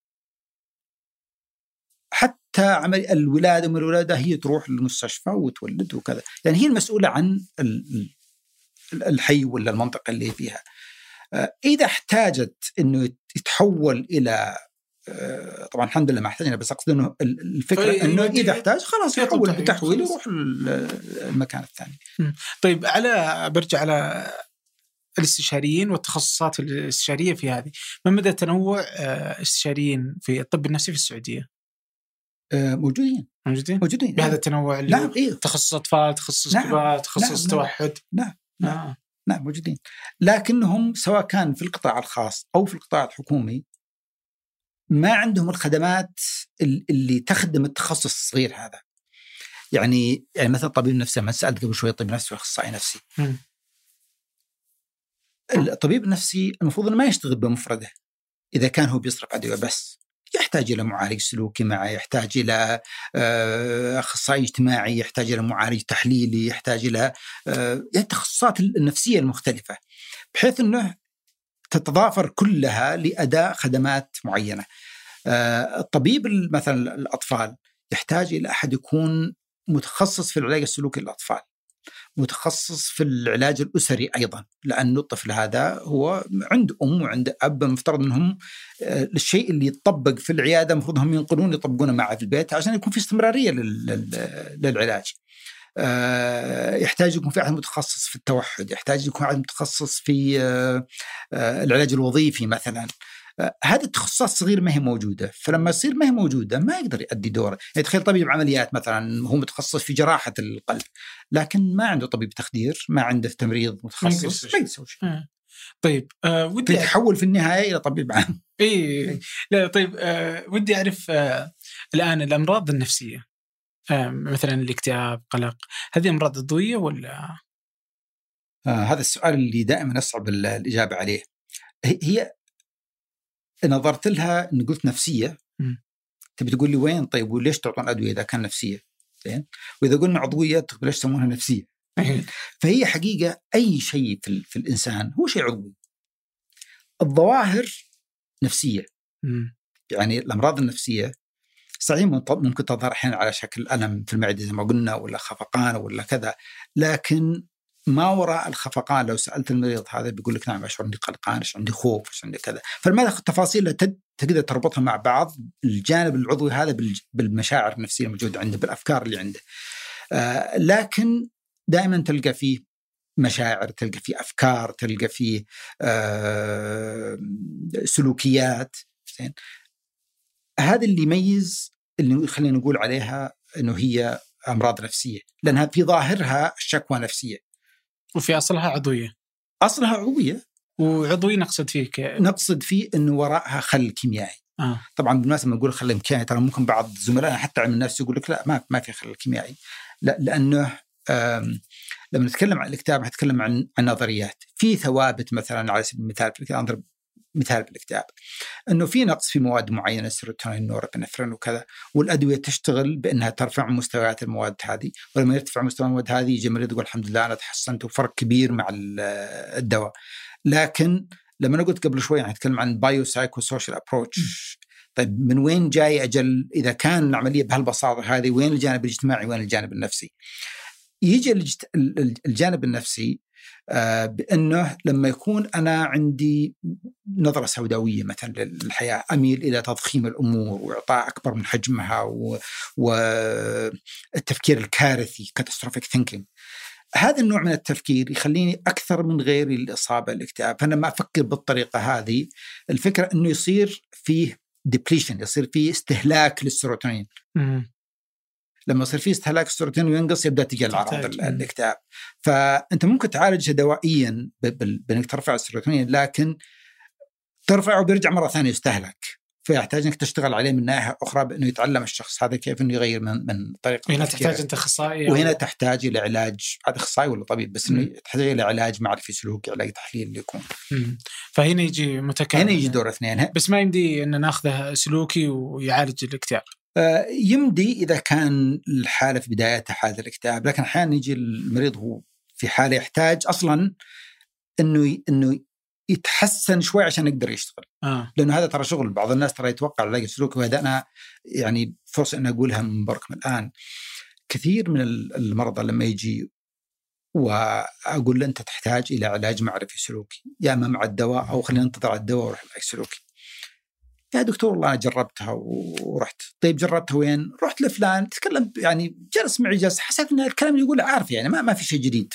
حتى عمل الولادة من الولادة هي تروح للمستشفى وتولد وكذا، يعني هي المسؤولة عن الحي ولا المنطقة اللي فيها. إذا احتاجت إنه يتحول إلى، طبعا الحمد لله ما احتاجنا، بس أقصد إنه الفكرة إنه إذا احتاج خلاص يحول بتحويل يروح المكان الثاني. طيب على برجع على الاستشاريين والتخصصات الاستشارية في هذه، ما مدى تنوع استشاريين في الطب النفسي في السعودية؟ موجودين موجودين موجودين بهذا التنوع اللي نعم. إيه؟ تخصص أطفال، تخصص نعم. كبار، تخصص نعم. توحد. نعم. نعم. نعم. نعم موجودين، لكنهم سواء كان في القطاع الخاص أو في القطاع الحكومي ما عندهم الخدمات اللي تخدم التخصص الصغير هذا. يعني يعني مثلا طبيب نفسي، ما سألت قبل شوي طبيب نفسي وأخصائي نفسي. م. الطبيب النفسي المفروض أنه ما يشتغل بمفرده. إذا كان هو بيصرف أدوية بس، يحتاج إلى معالج سلوكي معه، يحتاج إلى أخصائي اجتماعي، يحتاج إلى معالج تحليلي، يحتاج إلى التخصصات النفسية المختلفة، بحيث أنه تتضافر كلها لأداء خدمات معينة. الطبيب مثلا الأطفال يحتاج إلى أحد يكون متخصص في العلاج السلوكي للأطفال، متخصص في العلاج الأسري أيضا، لأنه الطفل هذا هو عنده أم وعنده أب، مفترض أنهم الشيء اللي يطبق في العيادة مفروض هم ينقلون يطبقونه معه في البيت عشان يكون في استمرارية للعلاج. يحتاج يكون في أحد متخصص في التوحد، يحتاج يكون أحد متخصص في العلاج الوظيفي مثلا. هذه التخصصات الصغيرة ما هي موجودة، فلما يصير ما هي موجودة ما يقدر يؤدي دوره. يعني تخيل طبيب عمليات مثلا هو متخصص في جراحة القلب، لكن ما عنده طبيب تخدير، ما عنده تمريض متخصص، ما يسوي شيء. طيب آه ودي يتحول في النهاية إلى طبيب عام. إيه لا طيب آه ودي أعرف آه الآن الأمراض النفسية، آه مثلا الاكتئاب، قلق، هذه أمراض عضوية ولا؟ آه هذا السؤال اللي دائما أصعب الإجابة عليه. هي نظرت لها إن قلت نفسية، م. تبي تقول لي وين طيب وليش تعطون أدوية إذا كان نفسية؟ زين، وإذا قلنا عضوية تقول ليش يسمونها نفسية؟ فهي حقيقة أي شيء في, في الإنسان هو شيء عضوي. الظواهر نفسية، م. يعني الأمراض النفسية صحيح ممكن تظهر أحيانا على شكل ألم في المعدة زي ما قلنا، ولا خفقان ولا كذا، لكن ما وراء الخفقان لو سألت المريض هذا بيقول لك نعم أشعر عندي قلقان، أشعر عندي خوف، أشعر عندي كذا. فلماذا التفاصيل تقدر تربطها مع بعض، الجانب العضوي هذا بالمشاعر النفسية الموجودة عنده، بالأفكار اللي عنده. آه لكن دائما تلقى فيه مشاعر، تلقى فيه أفكار، تلقى فيه آه سلوكيات. زين، هذا اللي يميز اللي خلينا نقول عليها إنه هي أمراض نفسية، لأنها في ظاهرها شكوى نفسية وفي أصلها عضوية. أصلها عضوية. وعضوي نقصد فيه ك... نقصد فيه إنه وراءها خل كيميائي. آه. طبعا بالمناسبة نقول خل كيميائي، ترى ممكن بعض زملائنا حتى علم النفس يقول لك لا ما ما في خل كيميائي، لا، لأنه لما نتكلم عن الاكتئاب نتكلم عن عن نظريات في ثوابت. مثلا على سبيل المثال في الاكتئاب، مثال بالاكتئاب انه في نقص في مواد معينه، السيروتونين، نورابينفرين وكذا، والادويه تشتغل بانها ترفع مستويات المواد هذه، ولما يرتفع مستوى المواد هذه يجي المريض يقول الحمد لله انا تحسنت، وفرق كبير مع الدواء. لكن لما انا قلت قبل شوي نتكلم عن بايو سايكو سوشيال ابروتش، طيب من وين جاي اجل اذا كان العمليه بهالبساطه هذه؟ وين الجانب الاجتماعي وين الجانب النفسي؟ يجي الجانب النفسي آه بأنه لما يكون أنا عندي نظرة سوداوية مثلا للحياة، أميل إلى تضخيم الأمور وإعطاء أكبر من حجمها والتفكير الكارثي catastrophic thinking، هذا النوع من التفكير يخليني أكثر من غيري الإصابة الاكتئاب. فأنا ما أفكر بالطريقة هذه، الفكرة أنه يصير فيه depletion، يصير فيه استهلاك للسيروتونين. مم. لما يصير فيه استهلاك السيروتونين وينقص يبدأ تجي الأعراض الاكتئاب. فأنت ممكن تعالج دوائيا بأنك ترفع السيروتونين، لكن ترفعه بيرجع مرة ثانية يستهلك، فيحتاج أنك تشتغل عليه من ناحية أخرى بأنه يتعلم الشخص هذا كيف أنه يغير من من طريقة. وهنا تحتاج أنت أخصائي، وهنا تحتاج إلى علاج، هذا أخصائي ولا طبيب، بس إنه تحتاج إلى علاج معرفي سلوكي، علاج تحليل اللي يكون. مم. فهنا يجي متكامل، هنا يجي دور اثنين. بس ما يمدي أن نأخذه سلوكي ويعالج الاكتئاب. آه يمدي إذا كان الحالة في بدايتها حالة الاكتئاب، لكن أحيانا يجي المريض هو في حالة يحتاج أصلاً إنه إنه يتحسن شوي عشان يقدر يشتغل. آه. لأنه هذا ترى شغل. بعض الناس ترى يتوقع العلاج السلوكي، وهذا أنا يعني فرصة أن أقولها من بركم الآن. كثير من المرضى لما يجي وأقول له أنت تحتاج إلى علاج معرفي سلوكي، يا أما مع الدواء أو خلينا ننتظر على الدواء وروح العلاج السلوكي. يا دكتور والله أنا جربتها ورحت. طيب جربتها وين؟ رحت لفلان تكلم، يعني جلس معي جلس، حسيت أن الكلام اللي يقول عارف، يعني ما ما في شيء جديد.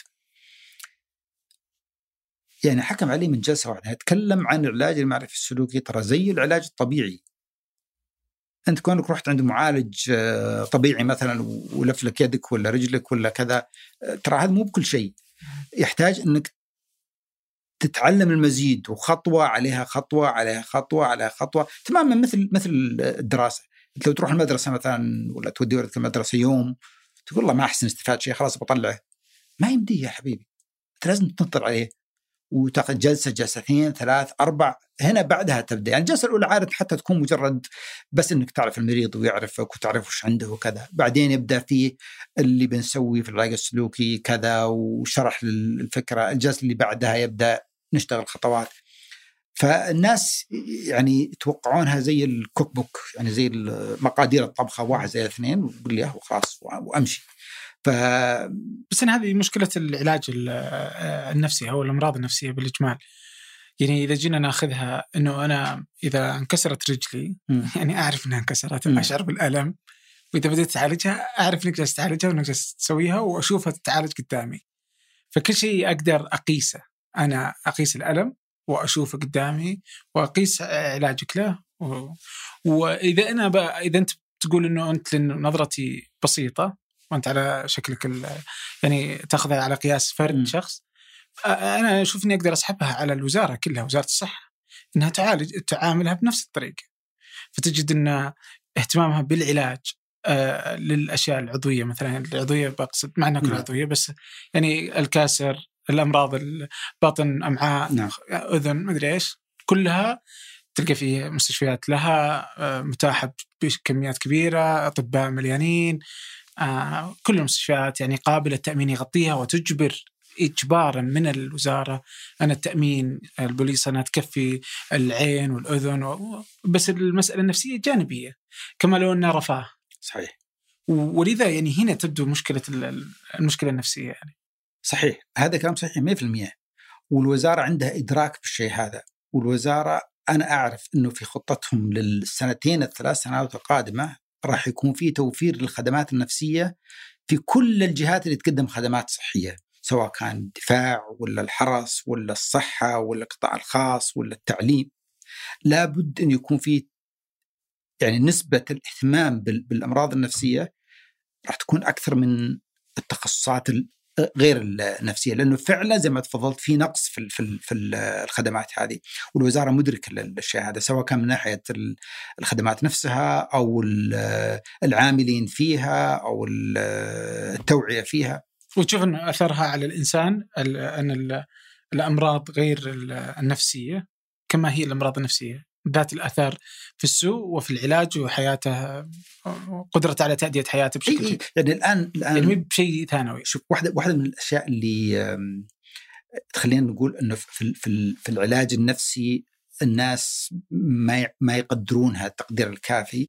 يعني حكم عليه من جلسة واحدة. يتكلم عن العلاج المعرفي السلوكي ترى زي العلاج الطبيعي. أنت كونك رحت عند معالج طبيعي مثلا ولف لك يدك ولا رجلك ولا كذا، ترى هذا مو بكل شيء. يحتاج أنك تتعلم المزيد، وخطوة عليها خطوة عليها خطوة عليها خطوة، تماما مثل مثل الدراسة. أنت لو تروح المدرسة مثلا ولا تودي ولدك المدرسة يوم تقول الله ما أحسن استفاد شيء خلاص بطلعه، ما يمدي يا حبيبي. أنت لازم تنطر عليه وتاخذ جلسة جلستين ثلاث أربع، هنا بعدها تبدأ. يعني الجلسة الأولى عادة حتى تكون مجرد بس إنك تعرف المريض ويعرفك وتعرف وش عنده وكذا، بعدين يبدأ فيه اللي بنسويه في العلاج السلوكي كذا وشرح الفكرة. الجلسة اللي بعدها يبدأ نشتغل خطوات. فالناس يعني يتوقعونها زي الكوك بوك، يعني زي مقادير الطبخة، واحد زي اثنين وقل لي وخلاص وأمشي. ف... بس أنا هذه مشكلة العلاج النفسي أو الأمراض النفسية بالإجمال. يعني إذا جينا ناخذها إنه أنا إذا انكسرت رجلي م. يعني أعرف إنها انكسرت، م. أشعر بالألم، وإذا بديت تعالجها أعرف إنك جالس تعالجها وإنك جالس تسويها وأشوفها تتعالج قدامي. فكل شيء أقدر أقيسه، أنا أقيس الألم وأشوفه قدامي وأقيس علاجك له. و... وإذا أنا ب... إذا أنت تقول إنه أنت نظرتي بسيطة وأنت على شكلك ال... يعني تأخذها على قياس فرد م. شخص، أنا أشوف إني أقدر أسحبها على الوزارة كلها، وزارة الصحة، إنها تعالج تعاملها بنفس الطريقة. فتجد أن اهتمامها بالعلاج آه للأشياء العضوية، مثلا العضوية بقصد معنا كل عضوية، بس يعني الكاسر، الأمراض الباطن، أمعاء، نعم. أذن، ما أدري إيش، كلها تلقى في مستشفيات لها آه متاحة بكميات كبيرة، أطباء مليانين، آه كل المستشفيات يعني قابلة التأمين يغطيها، وتجبر إجبارا من الوزارة أن التأمين البوليس أنها تكفي العين والأذن و... بس المسألة النفسية جانبية كما لو أنها رفاه. صحيح. ولذا يعني هنا تبدو مشكلة المشكلة النفسية. يعني صحيح، هذا كلام صحيح مية في المية. والوزارة عندها إدراك بالشيء هذا. والوزارة أنا أعرف أنه في خطتهم للسنتين الثلاث سنوات القادمة راح يكون في توفير للخدمات النفسية في كل الجهات اللي تقدم خدمات صحية، سواء كان الدفاع ولا الحرس ولا الصحة ولا القطاع الخاص ولا التعليم. لابد أن يكون في يعني نسبة الاهتمام بالأمراض النفسية راح تكون أكثر من التخصصات غير النفسية، لأنه فعلا زي ما تفضلت في نقص في في في الخدمات هذه. والوزارة مدركة للشيء هذا، سواء كان من ناحية الخدمات نفسها أو العاملين فيها أو التوعية فيها. وتشوف أن أثرها على الإنسان أن الأمراض غير النفسية كما هي الأمراض النفسية ذات الأثر في السوء وفي العلاج وحياته، قدرته على تأدية حياته بشكل جيد. يعني الآن الآن يعني بشيء ثانوي. شوف، واحدة واحدة من الأشياء اللي تخلينا نقول إنه في في في العلاج النفسي الناس ما ما يقدرونها التقدير الكافي.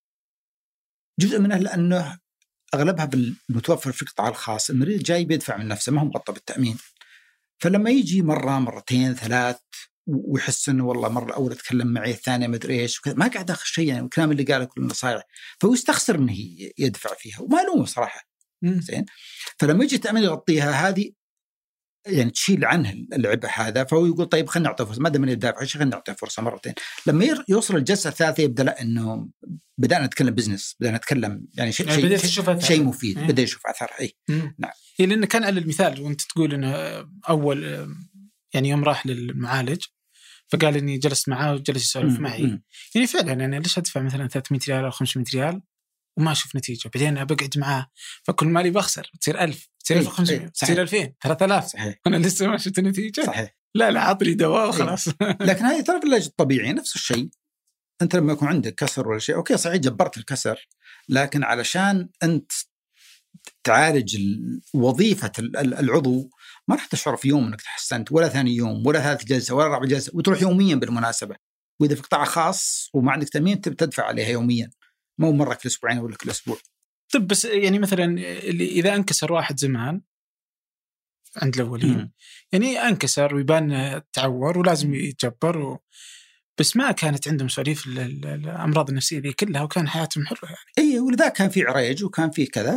جزء منه لأنه أغلبها بالمتوفر في القطاع الخاص، المريض جاي بيدفع من نفسه، ما هو مغطى بالتأمين. فلما يجي مرة مرتين ثلاث ويحس انه والله مرة الأولى تكلم معي الثانية ما ادري ايش وكذا، ما قاعد اخر شيء يعني الكلام اللي قاله كل النصائح، فهو يستخسر انه يدفع فيها وما لومه صراحة. زين. فلما يجي تعمل يغطيها هذه يعني تشيل عنه العبء هذا، فهو يقول طيب خلينا نعطيه فرصة، ما دام اني دافع شيء خلينا نعطيه فرصة مرتين. لما يوصل الجلسة الثالثة يبدأ لا انه بدأنا نتكلم بزنس، بدأنا نتكلم يعني شيء يعني شيء, شيء مفيد، إيه؟ بدأ يشوف أثر. اي نعم. إيه لأنه كان على المثال وانت تقول انه اول يعني يوم راح للمعالج فقال اني جلست معاه وجلس يسولف معي م- يعني فعلا انا ليش ادفع مثلا ثلاثمية ريال او خمسمية ريال وما اشوف نتيجه، بعدين بقعد معاه فكل مالي بخسر، تصير ألف، تصير ألف وخمسمية، تصير ألفين، ثلاثة آلاف، انا لسه ما شفت نتيجه. صحيح. لا لا عطني دواء وخلاص. لكن هذه ترى العلاج الطبيعي نفس الشيء. انت لما يكون عندك كسر ولا شيء اوكي صحيح جبرت الكسر، لكن علشان انت تعالج وظيفه العضو ما راح تشعر في يوم انك تحسنت، ولا ثاني يوم ولا ثالث جلسه ولا رابع جلسه، وتروح يوميا بالمناسبه. واذا في قطاع خاص وما عندك تامين تدفع عليها يوميا، مو مره كل اسبوعين ولا كل اسبوع. طب بس يعني مثلا اللي اذا انكسر واحد زمان عند الاولين م- يعني انكسر ويبان تعور ولازم يتجبر و... بس ما كانت عندهم سواليف الامراض النفسيه ذي كلها وكان حياتهم حلوه يعني. اي ولذا كان في عريج وكان في كذا.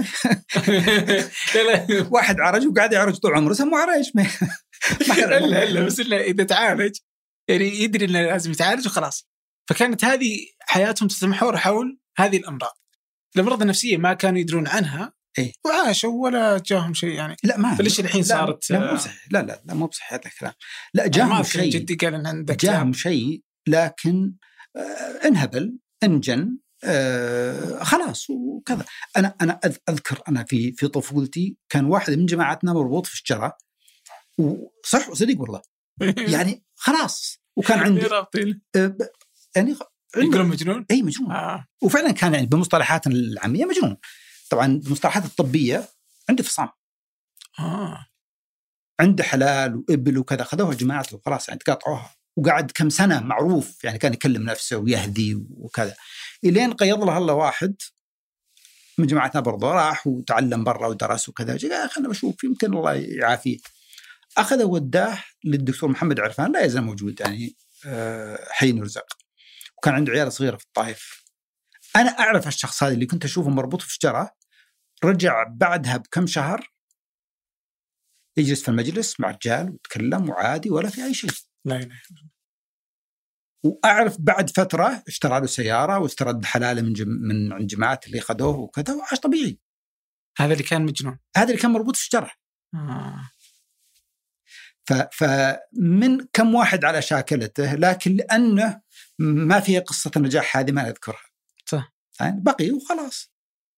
واحد عرج وقاعد يعرج طول عمره سموه عريج. ما لا لا بس إلا اذا تعالج يعني يدري انه لازم يتعالج وخلاص. فكانت هذه حياتهم تتمحور حول هذه الامراض. الامراض النفسيه ما كانوا يدرون عنها إيه؟ وعاشوا ولا جاهم شيء يعني. لا ما فليش الحين لا صارت لا مو صحيح. لا لا لا مو بصحيح هذا الكلام. لا جاهم شيء جدي قال ان عندك جاهم شيء لكن آه انهبل انجن آه خلاص وكذا. انا انا اذكر انا في في طفولتي كان واحد من جماعتنا مربوط في الشجره وصح وصدق والله يعني خلاص وكان عندي آه يعني يقولون مجنون. اي مجنون آه. وفعلا كان يعني بمصطلحات العاميه مجنون. طبعا بمصطلحات الطبيه عنده فصام اه عنده حلال وإبل وكذا، خذوها جماعته وخلاص يعني تقاطعوها. وقعد كم سنة معروف يعني كان يكلم نفسه ويهدي وكذا، إلين قيض له الله واحد من جماعتنا برضه راح وتعلم برا ودرس وكذا. جاء خلنا بشوف يمكن الله يعافيه. أخذه وداه للدكتور محمد عرفان لا يزال موجود يعني حين يرزق، وكان عنده عيال صغيرة في الطائف. أنا أعرف الشخص هذا اللي كنت أشوفه مربوط في شجرة رجع بعدها بكم شهر يجلس في المجلس مع رجال وتكلم وعادي ولا في أي شيء. لا إله. وأعرف بعد فترة اشترى له سيارة واسترد حلاله من جم... من عند جماعة اللي خذوه وكذا وعاش طبيعي. هذا اللي كان مجنون، هذا اللي كان مربوط في الشجرة. آه. ف... فمن كم واحد على شاكلته، لكن لأنه ما فيها قصة النجاح هذه ما نذكرها صح يعني بقي وخلاص.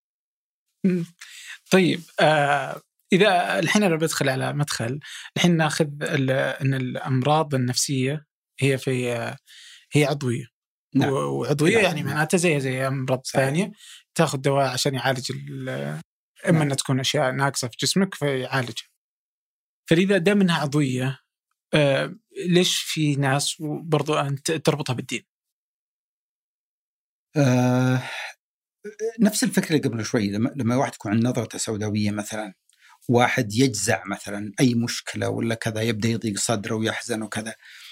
طيب آه إذا الحين أنا بدخل على مدخل الحين ناخذ أن الأمراض النفسية هي في هي عضوية. نعم. وعضوية نعم. يعني معناتها زي زي أمراض ثانية تأخذ دواء عشان يعالج إما نعم. أن تكون أشياء ناقصة في جسمك فيعالجها. فلذا دام أنها عضوية آه ليش في ناس برضو أنت تربطها بالدين؟ آه نفس الفكرة اللي قبل شوي. لما لما واحد يكون عن نظرة سوداوية مثلا، واحد يجزع مثلا أي مشكلة ولا كذا يبدأ يضيق صدره ويحزن وكذا.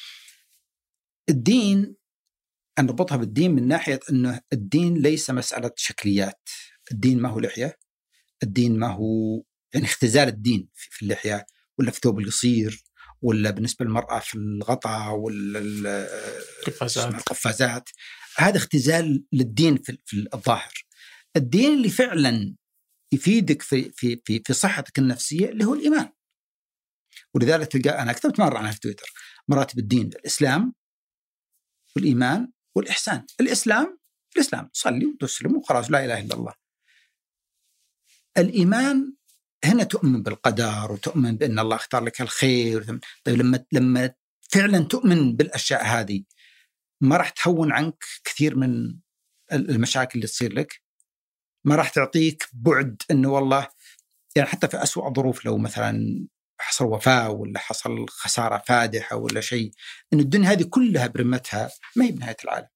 الدين أنا ربطها بالدين من ناحية أنه الدين ليس مسألة شكليات. الدين ما هو لحية، الدين ما هو يعني اختزال الدين في اللحية ولا في ثوب القصير ولا بالنسبة للمرأة في الغطاء ولا القفازات. هذا اختزال للدين في الظاهر. الدين اللي فعلا يفيدك في في في في صحتك النفسية اللي هو الإيمان. ولذلك تلقى أنا كتبت مرة عنها في تويتر مراتب الدين: الإسلام والإيمان والإحسان. الإسلام الإسلام صلي وتسلم وخلاص لا إله إلا الله. الإيمان هنا تؤمن بالقدر وتؤمن بأن الله اختار لك الخير. طيب لما لما فعلا تؤمن بالأشياء هذه ما راح تهون عنك كثير من المشاكل اللي تصير لك. ما راح تعطيك بعد أنه والله يعني حتى في أسوأ الظروف لو مثلا حصل وفاة ولا حصل خسارة فادحة ولا شيء، أن الدنيا هذه كلها برمتها ما هي بنهاية العالم.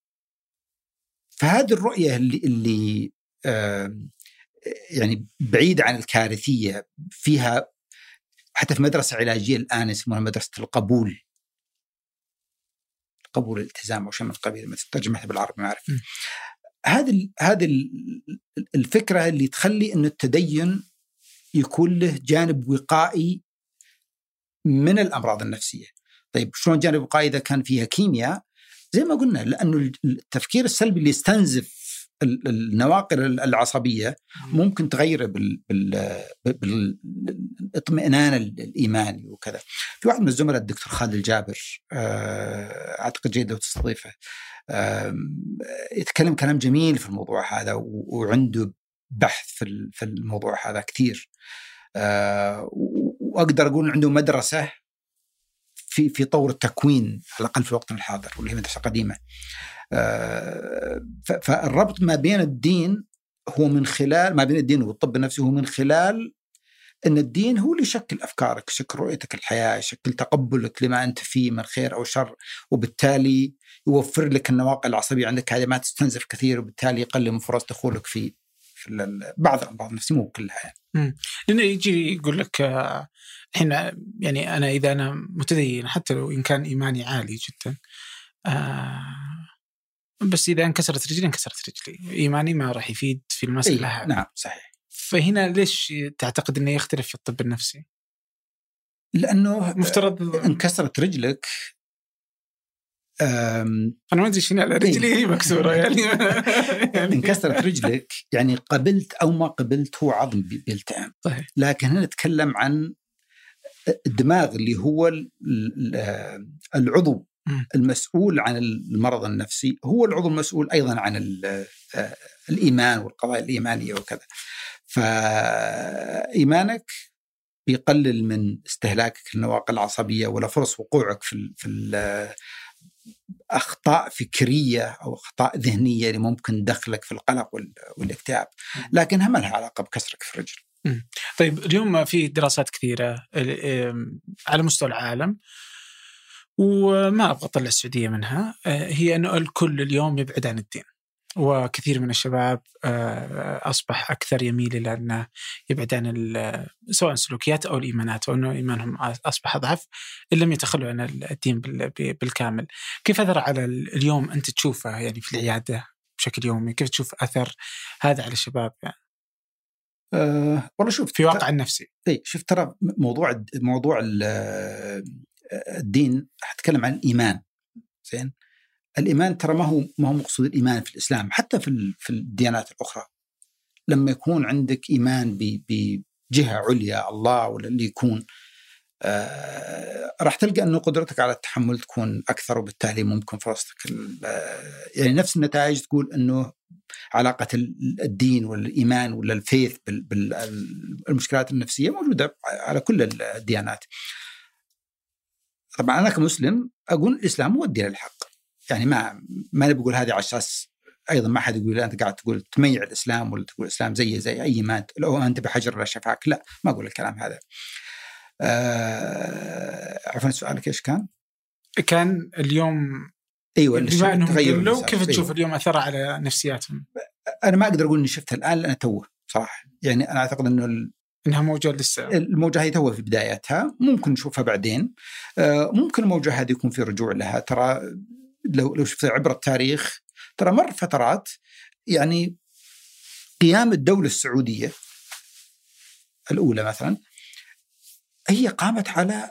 فهذه الرؤية اللي, اللي آه يعني بعيدة عن الكارثية، فيها حتى في مدرسة علاجية الآن يسمونها مدرسة القبول، قبول الالتزام أو شيء من القبيل، مثل ترجمتها بالعربي ما أعرف. هذه هذه الفكرة اللي تخلي إنه التدين يكون له جانب وقائي من الأمراض النفسية. طيب شلون جانب وقائي إذا كان فيها كيمياء؟ زي ما قلنا، لأنه التفكير السلبي اللي يستنزف النواقل العصبية ممكن تغيره بالاطمئنان الإيماني وكذا. في واحد من الزملاء الدكتور خالد الجابر، أعتقد جيد لو تستضيفه، يتكلم كلام جميل في الموضوع هذا، وعنده بحث في الموضوع هذا كثير، وأقدر أقول عنده مدرسة في في طور التكوين على الأقل في الوقت الحاضر، واللي هي مدرسة قديمة. فالربط ما بين الدين هو من خلال ما بين الدين والطب النفسي هو من خلال أن الدين هو اللي يشكل أفكارك، يشكل رؤيتك الحياة، يشكل تقبلك لما أنت فيه من خير أو شر، وبالتالي يوفر لك النواقل العصبية عندك هذه ما تستنزف كثير، وبالتالي يقلل من فرص دخولك في في بعض الأمراض النفسية، مو كلها يعني. لأنه يجي يقول لك الحين يعني أنا إذا أنا متدين حتى لو إن كان إيماني عالي جدا، آه بس إذا انكسرت رجلي انكسرت رجلي، إيماني ما راح يفيد في المسألة هذه. نعم صحيح. فهنا ليش تعتقد أنه يختلف في الطب النفسي؟ لأنه مفترض انكسرت رجلك، أنا ما أدري شنو على رجلي هي مكسورة يعني, يعني انكسرت رجلك يعني قبلت أو ما قبلت هو عظم بيلتئم. طيب. لكن هنا نتكلم عن الدماغ اللي هو العضو المسؤول عن المرض النفسي، هو العضو المسؤول أيضا عن الإيمان والقضايا الإيمانية وكذا. فإيمانك بيقلل من استهلاكك النواقل العصبية ولا فرص وقوعك في في أخطاء فكرية أو أخطاء ذهنية اللي ممكن دخلك في القلق والاكتئاب، لكنها ما لها علاقة بكسرك في الرجل. طيب اليوم في دراسات كثيرة على مستوى العالم، وما أبغى أطلع السعودية منها، هي أنه الكل اليوم يبعد عن الدين، وكثير من الشباب أصبح أكثر يميل إلى أنه يبعد عن سواء السلوكيات أو الإيمانات، أو أنه إيمانهم أصبح أضعف إن لم يتخلوا عن الدين بالكامل. كيف أثر على اليوم أنت تشوفه يعني في العيادة بشكل يومي؟ كيف تشوف أثر هذا على الشباب يعني؟ أه والله شوف في واقع النفسي. إيه شوف ترى موضوع موضوع الدين أتكلم عن الإيمان. زين، الإيمان ترى ما هو ما هو مقصود الإيمان في الإسلام، حتى في في الديانات الأخرى. لما يكون عندك إيمان بجهة عليا الله ولا اللي يكون، آه راح تلقى أنه قدرتك على التحمل تكون أكثر، وبالتالي ممكن فرصتك يعني نفس النتائج تقول أنه علاقة الدين والإيمان ولا الفيث بالمشكلات النفسية موجودة على كل الديانات. طبعا أنا كمسلم أقول الإسلام هو الدين الحق، يعني ما ما بقول هذه على أساس أيضا ما حد يقول أنت قاعد تقول تميع الإسلام ولا تقول الإسلام زي زي أي مات لو أنت بحجر لا شفاك، لا ما أقول الكلام هذا. آه عرفنا سؤالك إيش كان؟ كان اليوم أيوة بما أنهم قبلوا كيف تشوف اليوم أثر على نفسياتهم؟ أنا ما أقدر أقول إني شفتها الآن لأن توه صراحة، يعني أنا أعتقد إنه ال... إنها موجة لسه، الموجة هي توه في بدايتها، ممكن نشوفها بعدين. آه ممكن الموجة هذه يكون في رجوع لها. ترى لو لو شفت عبر التاريخ ترى مر فترات، يعني قيام الدولة السعودية الأولى مثلا هي قامت على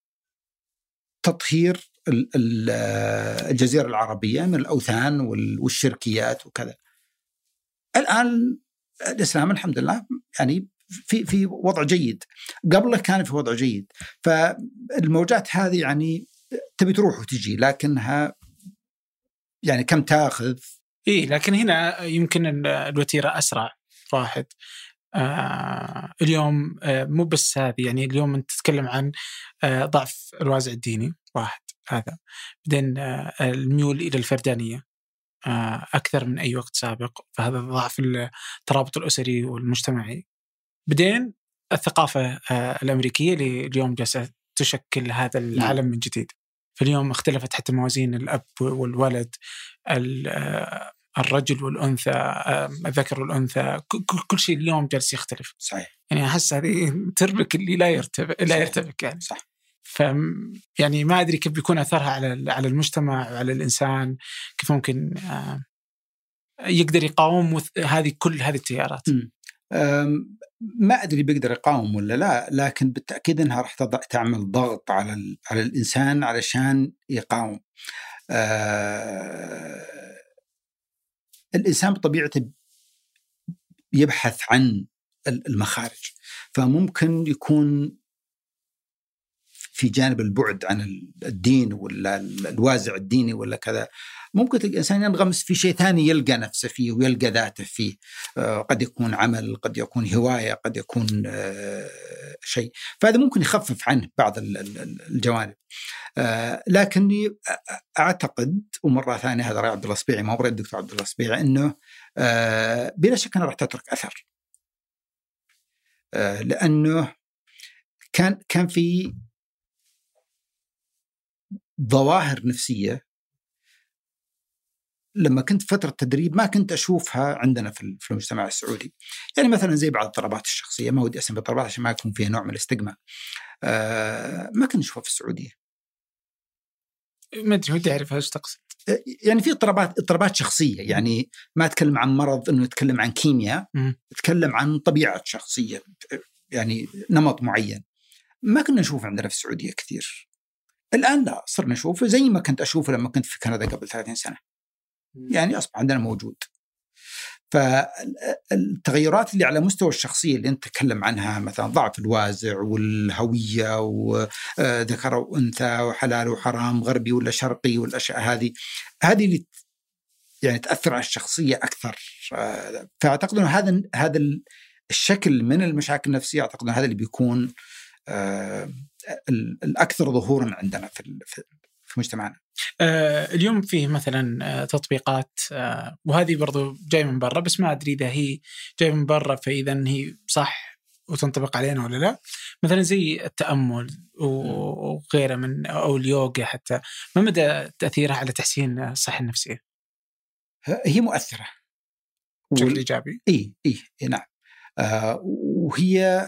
تطهير الجزيرة العربية من الأوثان والشركيات وكذا. الآن الإسلام الحمد لله يعني في في وضع جيد، قبله كان في وضع جيد. فالموجات هذه يعني تبي تروح وتجي، لكنها يعني كم تأخذ. إيه لكن هنا يمكن الوتيرة أسرع واحد. آه اليوم آه مو بس هذه، يعني اليوم أنت تتكلم عن آه ضعف الوازع الديني واحد، هذا بعدين آه الميول إلى الفردانية آه أكثر من أي وقت سابق، فهذا ضعف الترابط الأسري والمجتمعي. بعدين الثقافة آه الأمريكية اللي اليوم جالسة تشكل هذا العالم من جديد. فاليوم اختلفت حتى موازين الأب والولد، الرجل والأنثى، الذكر والأنثى، كل شيء اليوم جالس يختلف. صحيح. يعني أحس هذه تربك اللي لا يرتبك لا يرتبك يعني. صح. ف يعني ما أدري كيف بيكون أثرها على على المجتمع وعلى الإنسان، كيف ممكن يقدر يقاوم هذه كل هذه التيارات. ما أدري بيقدر يقاوم ولا لا، لكن بالتأكيد أنها راح تعمل ضغط على على الإنسان علشان يقاوم. أه الإنسان بطبيعته يبحث عن المخارج، فممكن يكون في جانب البعد عن الدين ولا الوازع الديني ولا كذا، ممكن الإنسان ينغمس في شيء ثاني يلقى نفسه فيه ويلقى ذاته فيه. قد يكون عمل، قد يكون هواية، قد يكون شيء، فهذا ممكن يخفف عنه بعض الجوانب. لكني أعتقد، ومرة ثانية هذا رأي عبد الله السبيعي، ما هو رأي الدكتور عبد الله السبيعي، إنه بلا شك أنها راح تترك أثر، لأنه كان كان في ظواهر نفسية لما كنت فترة تدريب ما كنت أشوفها عندنا في المجتمع السعودي. يعني مثلا زي بعض الاضطرابات الشخصية، ما ودي أسمي اضطرابات عشان ما يكون فيها نوع من الاستجمة، آه ما كنت أشوفها في السعودية. ما أدري، ودي أعرف إيش تقصد. يعني في اضطرابات اضطرابات شخصية، يعني ما أتكلم عن مرض إنه أتكلم عن كيمياء، أتكلم عن طبيعة شخصية، يعني نمط معين ما كنا نشوفه عندنا في السعودية كثير. الآن لا، صرنا نشوفه زي ما كنت أشوفه لما كنت في كندا قبل ثلاثين سنة، يعني أصبح عندنا موجود. فالتغيرات اللي على مستوى الشخصية اللي أنت تتكلم عنها، مثلا ضعف الوازع والهوية وذكر وأنثى وحلال وحرام، غربي ولا شرقي، والأشياء هذه هذه اللي يعني تأثر على الشخصية أكثر. فأعتقد أن هذا هذا الشكل من المشاكل النفسية، أعتقد أن هذا اللي بيكون الأكثر ظهورا عندنا في في مجتمعنا. آه اليوم فيه مثلا آه تطبيقات، آه وهذه برضو جاي من برا، بس ما أدري إذا هي جاي من برا فإذا هي صح وتنطبق علينا ولا لا. مثلا زي التأمل وغيره من، أو اليوغا حتى، ما مدى تأثيرها على تحسين الصحة النفسية؟ هي مؤثرة بشكل وال... إيجابي. إيه إيه, إيه نعم. آه وهي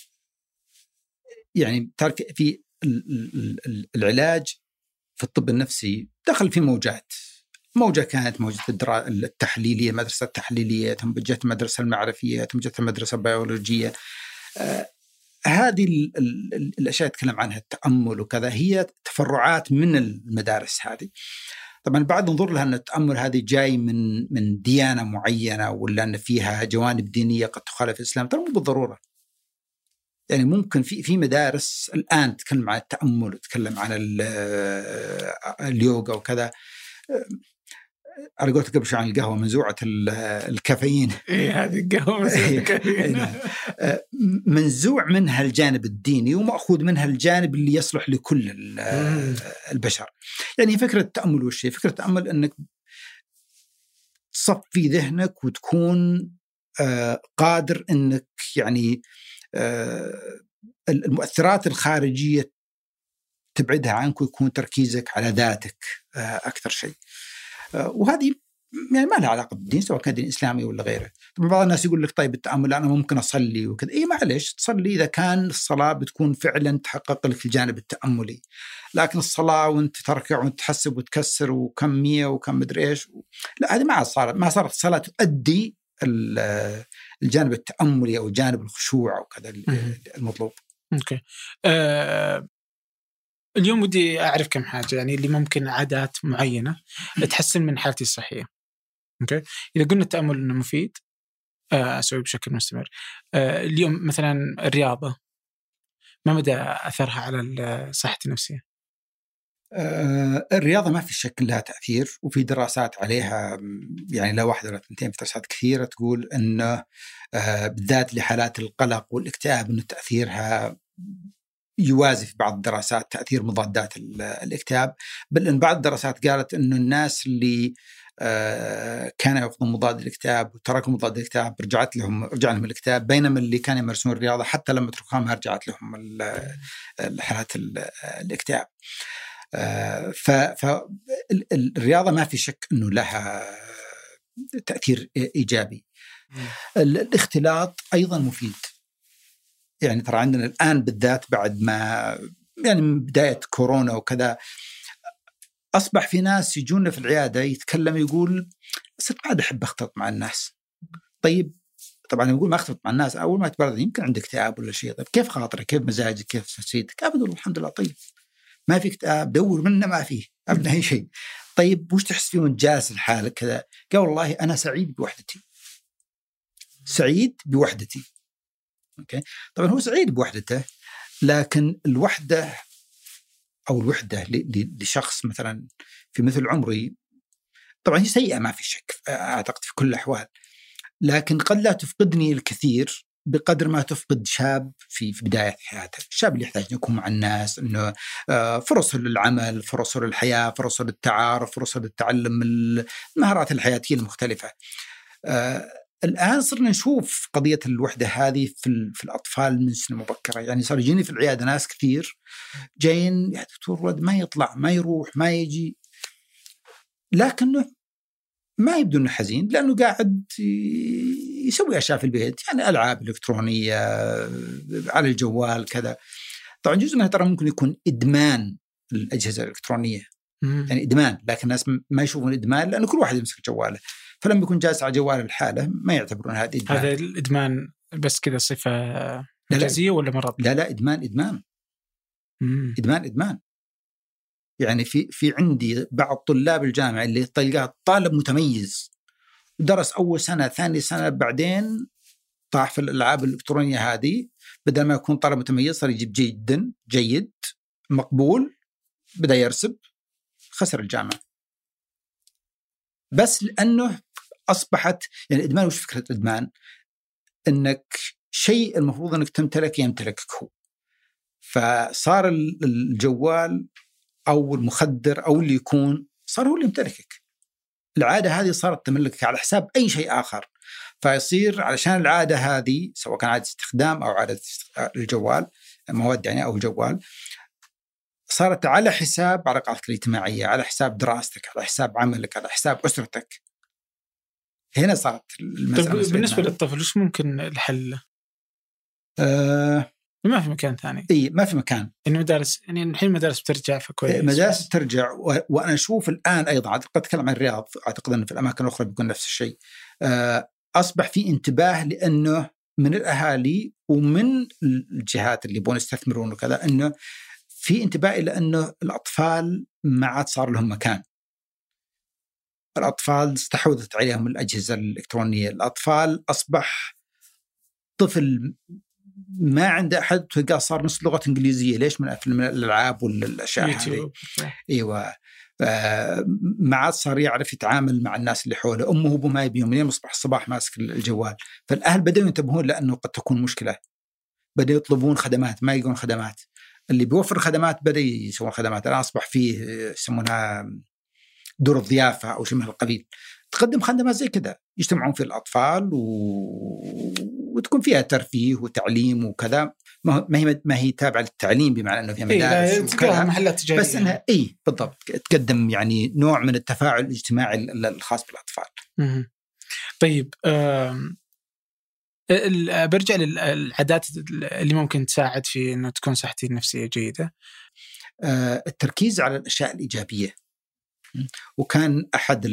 يعني تعرف في العلاج في الطب النفسي دخل في موجات. موجة كانت موجة التحليلية، المدرسة التحليلية، ثم جت المدرسة المعرفية، ثم جت المدرسة البيولوجية. آه هذه ال ال الأشياء يتكلم عنها التأمل وكذا، هي تفرعات من المدارس هذه. طبعا بعد ننظر لها أن التأمل هذه جاي من من ديانة معينة، ولا أن فيها جوانب دينية قد تخالف الإسلام، ترى مو بالضرورة. يعني ممكن في في مدارس الآن تتكلم عن التأمل وتتكلم عن اليوغا وكذا. أنا قلت قبل شوي عن القهوة منزوعة الكافيين. إيه هذه القهوة منزوعة الكافيين. منزوع منها الجانب الديني ومأخوذ منها الجانب اللي يصلح لكل البشر. يعني فكرة التأمل والشيء، فكرة التأمل أنك تصفي ذهنك وتكون قادر أنك يعني المؤثرات الخارجية تبعدها عنك، ويكون تركيزك على ذاتك أكثر شيء. وهذه يعني ما لها علاقة بالدين، سواء كان دين إسلامي ولا غيره. طبعا بعض الناس يقول لك طيب التأمل أنا ممكن أصلي وكذا. إيه معلش تصلي إذا كان الصلاة بتكون فعلا تحقق لك الجانب التأملي، لكن الصلاة وانت تركع وانت تحسب وتكسر وكم مية وكم مدري إيش، لا هذه ما صارت ما صارت الصلاة تؤدي الجانب التأملي أو جانب الخشوع وكذا المطلوب. أوكي. أه اليوم ودي أعرف كم حاجة يعني اللي ممكن عادات معينة تحسن من حالتي الصحية. أوكي. إذا قلنا التأمل إنه مفيد أسوي بشكل مستمر. أه اليوم مثلا الرياضة، ما مدى أثرها على الصحة النفسية؟ أه الرياضة ما في شك لها تأثير، وفي دراسات عليها، يعني لا واحدة ولا اثنتين، في دراسات كثيرة تقول أنه أه بالذات لحالات القلق والاكتئاب أنه تأثيرها يوازي في بعض الدراسات تأثير مضادات الاكتئاب. بل أن بعض الدراسات قالت أنه الناس اللي آه كانوا يأخذون مضاد الاكتئاب وتركوا مضاد الاكتئاب رجعت لهم رجع لهم الاكتئاب، بينما اللي كانوا يمارسون الرياضة حتى لما تركوها ما رجعت لهم حالات الاكتئاب. آه فالرياضة ما في شك أنه لها تأثير إيجابي. الاختلاط أيضا مفيد. يعني ترى عندنا الآن بالذات بعد ما يعني من بداية كورونا وكذا أصبح في ناس يجون في العيادة يتكلم يقول صرت ما عاد أحب أختلط مع الناس. طيب طبعا يقول ما أختلط مع الناس، أول ما تبرد يمكن عندك اكتئاب ولا شيء. طيب كيف خاطرك؟ كيف مزاجك؟ كيف نفسيتك؟ أبدا الحمد لله طيب، ما في اكتئاب، دور منه ما فيه أبدا أي شيء. طيب وش تحس فيه وانت جالس لحالك كذا؟ قال والله أنا سعيد بوحدتي، سعيد بوحدتي. أوكي. طبعا هو سعيد بوحدته، لكن الوحدة أو الوحدة لشخص مثلا في مثل عمري طبعا هي سيئة ما في شك أعتقد في كل الأحوال، لكن قد لا تفقدني الكثير بقدر ما تفقد شاب في في بداية حياته. الشاب اللي يحتاج يكون مع الناس، إنه فرصه للعمل، فرصه للحياة، فرصه للتعارف، فرصه للتعلم المهارات الحياتية المختلفة. الآن صرنا نشوف قضية الوحدة هذه في, في الأطفال من سن مبكرة. يعني صار يجيني في العيادة ناس كثير جايين يا دكتور ولد ما يطلع ما يروح ما يجي، لكنه ما يبدو أنه حزين لأنه قاعد يسوي أشياء في البيت، يعني ألعاب إلكترونية على الجوال كذا. طبعا جزء منها ترى ممكن يكون إدمان الأجهزة الإلكترونية، مم. يعني إدمان، لكن الناس ما يشوفون إدمان لأنه كل واحد يمسك جواله، فلما يكون جالس على جوال الحالة ما يعتبرون هذا إدمان. هذا الإدمان بس كذا صفة مجازية ولا مرض؟ لا لا إدمان إدمان مم. إدمان إدمان يعني في في عندي بعض طلاب الجامعة اللي تلقاه طالب متميز درس أول سنة ثاني سنة بعدين طاح في الألعاب الإلكترونية هذه، بدل ما يكون طالب متميز صار يجيب جيدا جيد مقبول، بدأ يرسب، خسر الجامعة بس لأنه أصبحت يعني إدمان. وش فكرة الإدمان؟ إنك شيء المفروض أنك تمتلك يمتلكك هو، فصار الجوال أو المخدر أو اللي يكون صار هو اللي يمتلكك. العادة هذه صارت تملكك على حساب أي شيء آخر، فيصير علشان العادة هذه سواء كان عادة استخدام أو عادة الجوال مواد يعني أو الجوال صارت على حساب علاقاتك الاجتماعية، على حساب دراستك، على حساب عملك، على حساب أسرتك. هنا صارت المسألة. طيب بالنسبة للطفل وش ممكن الحل؟ أه ما في مكان ثاني. إيه ما في مكان. إنه مدارس يعني الحين مدارس بترجع فكويس. مدارس ترجع و... وأنا أشوف الآن أيضا قد أتكلم عن الرياض، أعتقد أن في الأماكن الأخرى بيكون نفس الشيء. أه أصبح في انتباه لأنه من الأهالي ومن الجهات اللي يبون يستثمرون وكذا، أنه في انتباه إلى أنه الأطفال ما عاد صار لهم مكان. الأطفال استحوذت عليهم الأجهزة الإلكترونية، الأطفال أصبح طفل ما عنده أحد تلقاه صار نص لغة إنجليزية. ليش؟ من الألعاب والأشياء هذه. أيوة. ما عاد صار يعرف يتعامل مع الناس اللي حوله، أمه وأبوه ما يبيهم، منين مصبح الصباح ماسك الجوال. فالأهل بدأوا ينتبهون لأنه قد تكون مشكلة، بدأوا يطلبون خدمات ما يلقون خدمات. اللي بيوفر خدمات بدأ يسوون خدمات. الآن أصبح فيه يسمونها دور الضيافة أو شيء من القبيل، تقدم خدمات زي كذا يجتمعون فيه الأطفال و... وتكون فيها ترفيه وتعليم وكذا. ما هي ما هي تابعة للتعليم بمعنى أنه فيها مدارس إيه وكذا، محلات تجارية، بس أنها إيه بالضبط تقدم يعني نوع من التفاعل الاجتماعي الخاص بالأطفال. مم. طيب أم... برجع للعادات اللي ممكن تساعد في أنه تكون صحتي النفسية جيدة. أه التركيز على الأشياء الإيجابية. وكان أحد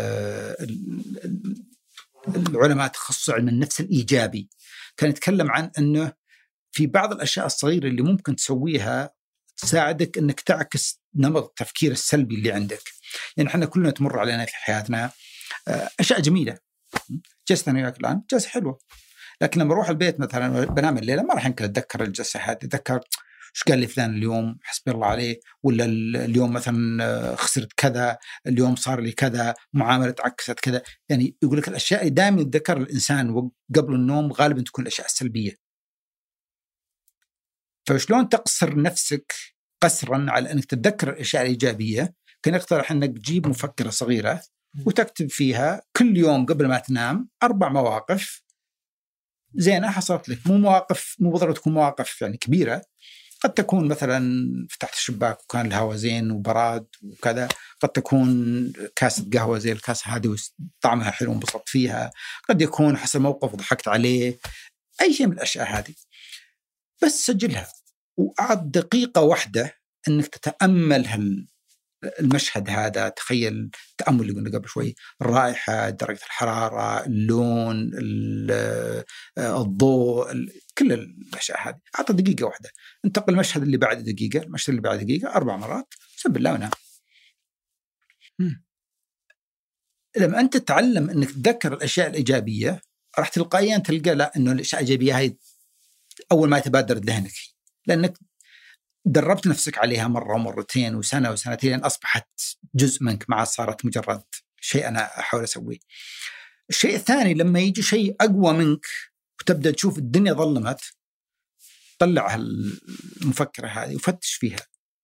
العلماء تخصص علم النفس الإيجابي كان يتكلم عن أنه في بعض الأشياء الصغيرة اللي ممكن تسويها تساعدك أنك تعكس نمط التفكير السلبي اللي عندك. يعني احنا كلنا تمر علينا في حياتنا أشياء جميلة، جلسة أنا وياك الآن جلسة حلوة، لكن لما أروح البيت مثلا بنام الليلة ما راح يمكن أتذكر الجلسة هذه، أتذكر إيش قال لي فلان اليوم حسبي الله عليه، ولا اليوم مثلا خسرت كذا، اليوم صار لي كذا، معاملة عكست كذا. يعني يقول لك الأشياء اللي دائما يتذكر الإنسان قبل النوم غالبا تكون الأشياء السلبية. فشلون تقصر نفسك قسرا على أنك تتذكر الأشياء الإيجابية؟ كان يقترح أنك تجيب مفكرة صغيرة وتكتب فيها كل يوم قبل ما تنام أربع مواقف زينة حصلت لك. مو مواقف مو بالضرورة تكون مواقف يعني كبيرة، قد تكون مثلا فتحت الشباك وكان الهواء زين وبراد وكذا، قد تكون كاسة قهوة زي الكاسة هذه وطعمها حلو وانبسطت فيها، قد يكون حصل موقف وضحكت عليه، أي شيء من الأشياء هذه، بس سجلها وأعد دقيقة واحدة أنك تتأمل هال المشهد هذا. تخيل التأمل اللي قلنا قبل شوي، الرائحة، درجة الحرارة، اللون، الضوء، كل الأشياء هذه. أعطى دقيقة واحدة، انتقل المشهد اللي بعد دقيقة، المشهد اللي بعد دقيقة، أربع مرات، سب الله ونام. لما أنت تتعلم أنك تذكر الأشياء الإيجابية، راح تلقائيا تلقى لا أنه الأشياء الإيجابية هاي أول ما يتبادر ذهنك، لأنك دربت نفسك عليها مرة ومرتين وسنة وسنتين، أصبحت جزء منك، ما صارت مجرد شيء أنا أحاول أسويه. الشيء الثاني، لما يجي شيء أقوى منك وتبدأ تشوف الدنيا ظلمت، طلع المفكرة هذه وفتش فيها،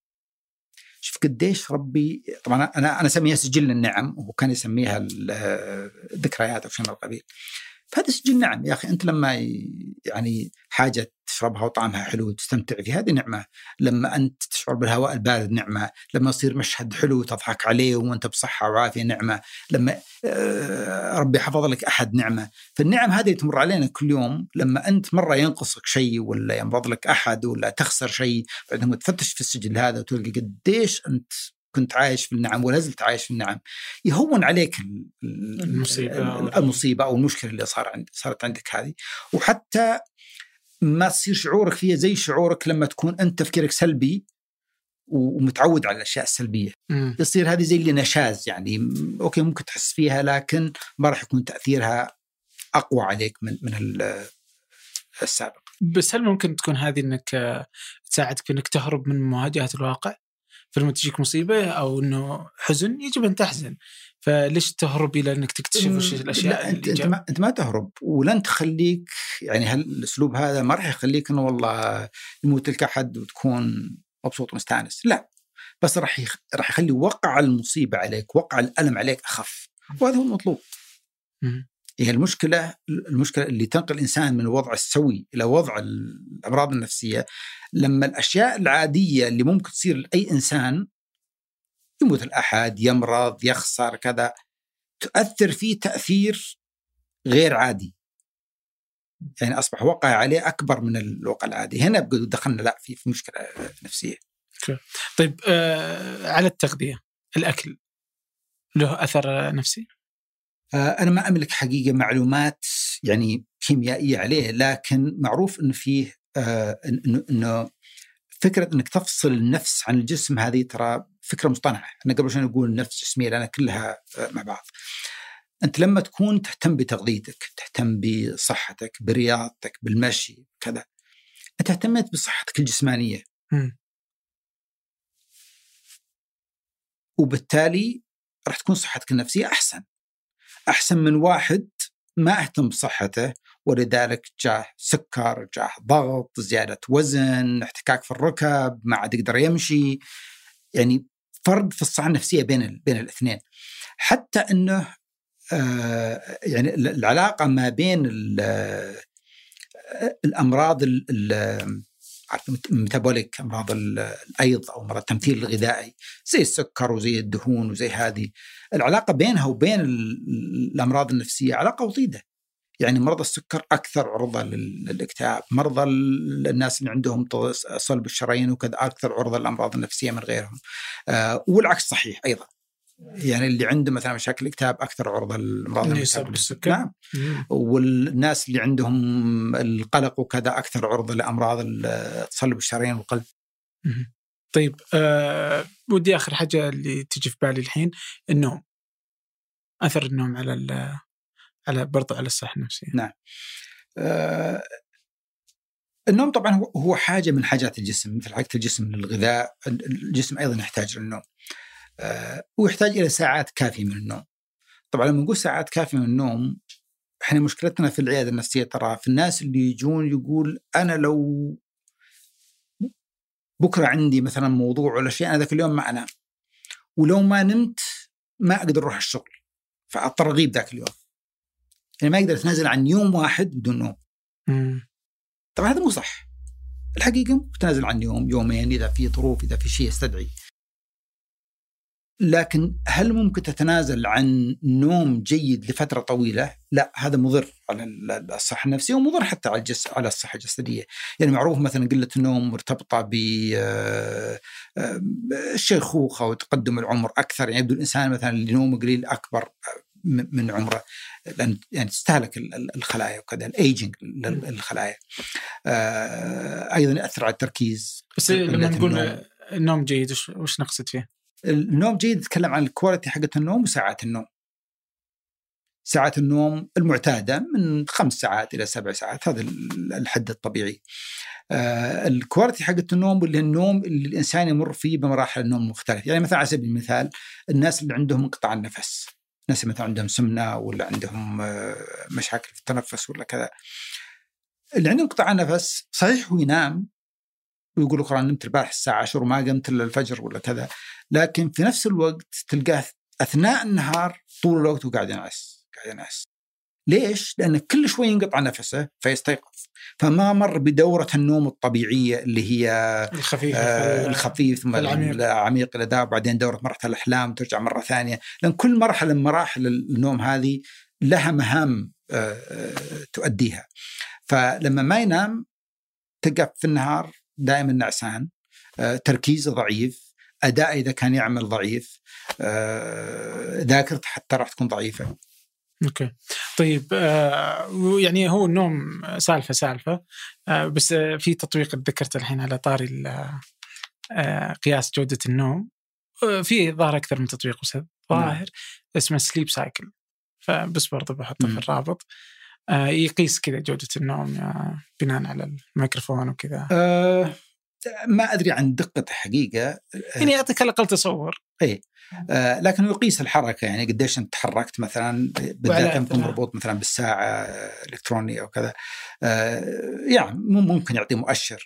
شوف قديش ربي. طبعا أنا أنا أسميها سجل النعم، وكان يسميها الذكريات أو شيء من القبيل. فهذا سجل نعم يا أخي. أنت لما يعني حاجة تشربها وطعمها حلو وتستمتع فيها، هذه نعمة. لما أنت تشعر بالهواء البارد، نعمة. لما يصير مشهد حلو وتضحك عليه وأنت بصحة وعافية، نعمة. لما ربي حفظ لك أحد، نعمة. فالنعم هذه تمر علينا كل يوم. لما أنت مرة ينقصك شيء ولا يمرض لك أحد ولا تخسر شيء، بعدين تفتش في السجل هذا وتلقى قديش أنت كنت عايش في النعم ولا زلت عايش في النعم، يهون عليك المصيبة المصيبة أو المشكلة اللي صار عند صارت عندك هذه. وحتى ما تصير شعورك فيها زي شعورك لما تكون أنت تفكيرك سلبي ومتعود على الأشياء السلبية. م. يصير هذه زي اللي نشاز، يعني أوكي ممكن تحس فيها، لكن ما راح يكون تأثيرها أقوى عليك من من السابق. بس هل ممكن تكون هذه إنك تساعدك في إنك تهرب من مواجهة الواقع؟ فلما تجيك مصيبة أو إنه حزن يجب أن تحزن، فليش تهرب إلى أنك تكتشف وش الأشياء أنت, أنت, ما أنت ما تهرب، ولن تخليك يعني هالأسلوب هذا ما راح يخليك إنه والله يموت لك أحد وتكون مبسوط ومستانس، لا، بس راح يخ... راح يخلي وقع المصيبة عليك، وقع الألم عليك أخف، وهذا هو المطلوب. هي المشكلة المشكلة اللي تنقل الإنسان من الوضع السوي إلى وضع الأمراض النفسية، لما الأشياء العادية اللي ممكن تصير لأي إنسان، يموت الأحد، يمرض، يخسر كذا، تؤثر فيه تأثير غير عادي، يعني أصبح وقع عليه أكبر من الوقع العادي. هنا بقى دخلنا لا في مشكلة نفسية. طيب آه على التغذية، الأكل له أثر نفسي؟ آه أنا ما أملك حقيقة معلومات يعني كيميائية عليه، لكن معروف إنه فيه آه إنه إنه فكرة إنك تفصل النفس عن الجسم، هذه ترى فكرة مصطنعة. أنا قبل شوي نقول نفس جسمية، لأن كلها مع بعض. أنت لما تكون تهتم بتغذيتك، تهتم بصحتك، برياضتك، بالمشي كذا، أنت اهتميت بصحتك الجسمانية، م. وبالتالي راح تكون صحتك النفسية أحسن أحسن من واحد ما اهتم بصحته، ولذلك جاه سكر، جاه ضغط، زيادة وزن، احتكاك في الركب، ما عاد يقدر يمشي. يعني فرق في الصحة النفسية بين بين الاثنين. حتى انه آه يعني العلاقة ما بين الأمراض الميتابوليك، أمراض الأيض أو أمراض التمثيل الغذائي زي السكر وزي الدهون وزي هذه، العلاقة بينها وبين الأمراض النفسية علاقة وطيدة. يعني مرضى السكر أكثر عرضة للاكتئاب، مرضى الناس اللي عندهم صلب الشرايين وكذا أكثر عرضة للأمراض النفسية من غيرهم. آه والعكس صحيح أيضا، يعني اللي عنده مثلا مشاكل الاكتئاب أكثر عرضة للأمراض النفسية. نعم. والناس اللي عندهم القلق وكذا أكثر عرضة لأمراض صلب الشرايين والقلب. طيب أه ودي آخر حاجة اللي تجي في بالي الحين، النوم، أثر النوم على ال على برضه على الصحة النفسية. نعم. آه النوم طبعا هو حاجة من حاجات الجسم، مثل حاجة الجسم للغذاء، الجسم أيضا يحتاج للنوم، آه ويحتاج إلى ساعات كافية من النوم. طبعا لما نقول ساعات كافية من النوم، احنا مشكلتنا في العيادة النفسية ترى في الناس اللي يجون يقول أنا لو بكرة عندي مثلا موضوع ولا شيء، أنا ذاك اليوم ما أنام، ولو ما نمت ما أقدر أروح الشغل، فأضطر أغيب ذاك اليوم. يعني ما يقدر يتنازل عن يوم واحد بدون نوم. مم. طبعا هذا مو صح. الحقيقة تنازل عن يوم يومين إذا في ظروف، إذا في شيء يستدعي. لكن هل ممكن تتنازل عن نوم جيد لفترة طويلة؟ لا، هذا مضر على الصحة النفسية ومضر حتى على الجس على الصحة الجسدية. يعني معروف مثلا قلة النوم مرتبطة بالشيخوخة وتقدم العمر أكثر. يعني يبدو الإنسان مثلا اللي نومه قليل أكبر من عمره، لأن يعني تستهلك الخلايا وكذا، الأيجينج للخلايا. أيضا يأثر على التركيز. بس لما نقول النوم جيد وش نقصد فيه؟ النوم جيد نتكلم عن الكواليتي حقة النوم وساعات النوم. ساعات النوم المعتادة من خمس ساعات إلى سبع ساعات، هذا الحد الطبيعي. آه الكواليتي حقة النوم واللي النوم اللي الإنسان يمر فيه بمراحل النوم المختلفة. يعني مثلا على سبيل المثال الناس اللي عندهم انقطاع النفس، ناس مثلا عندهم سمنة ولا عندهم آه مشاكل في التنفس ولا كذا، اللي عندهم انقطاع النفس صحيح هو ينام ويقولوا خلاص نمت البارح الساعة عشر وما قمت إلا الفجر ولا كذا، لكن في نفس الوقت تلقاه أثناء النهار طول الوقت وقاعد ينعس قاعد ينعس. ليش؟ لأنه كل شوي ينقطع نفسه فيستيقظ، فما مر بدورة النوم الطبيعية اللي هي الخفيف آه الخفيف ثم العميق إلى ذا، وبعدين دورة مرحلة الأحلام ترجع مرة ثانية. لأن كل مرحلة من مراحل النوم هذه لها مهام آه تؤديها. فلما ما ينام تلقى في النهار دائما نعسان، آه تركيزه ضعيف، أداء إذا كان يعمل ضعيف، آه ذاكرته حتى راح تكون ضعيفة. أوكي طيب، آه يعني هو النوم سالفة سالفة، آه بس آه في تطبيق ذكرت الحين على طاري آه قياس جودة النوم، آه في ظاهر أكثر من تطبيق ظاهر اسمه سليب سايكل، فبس برضه بحطه في الرابط. آه يقيس كذا جودة النوم آه بناء على الميكروفون وكذا. آه ما أدري عن دقة حقيقة، يعني أعطيك على الأقل تصور. إيه آه لكن يقيس الحركة، يعني قديش أنت تحركت مثلا، بالذات يكون مربوط مثلا بالساعة إلكترونية أو كذا، آه يعني ممكن يعطي مؤشر.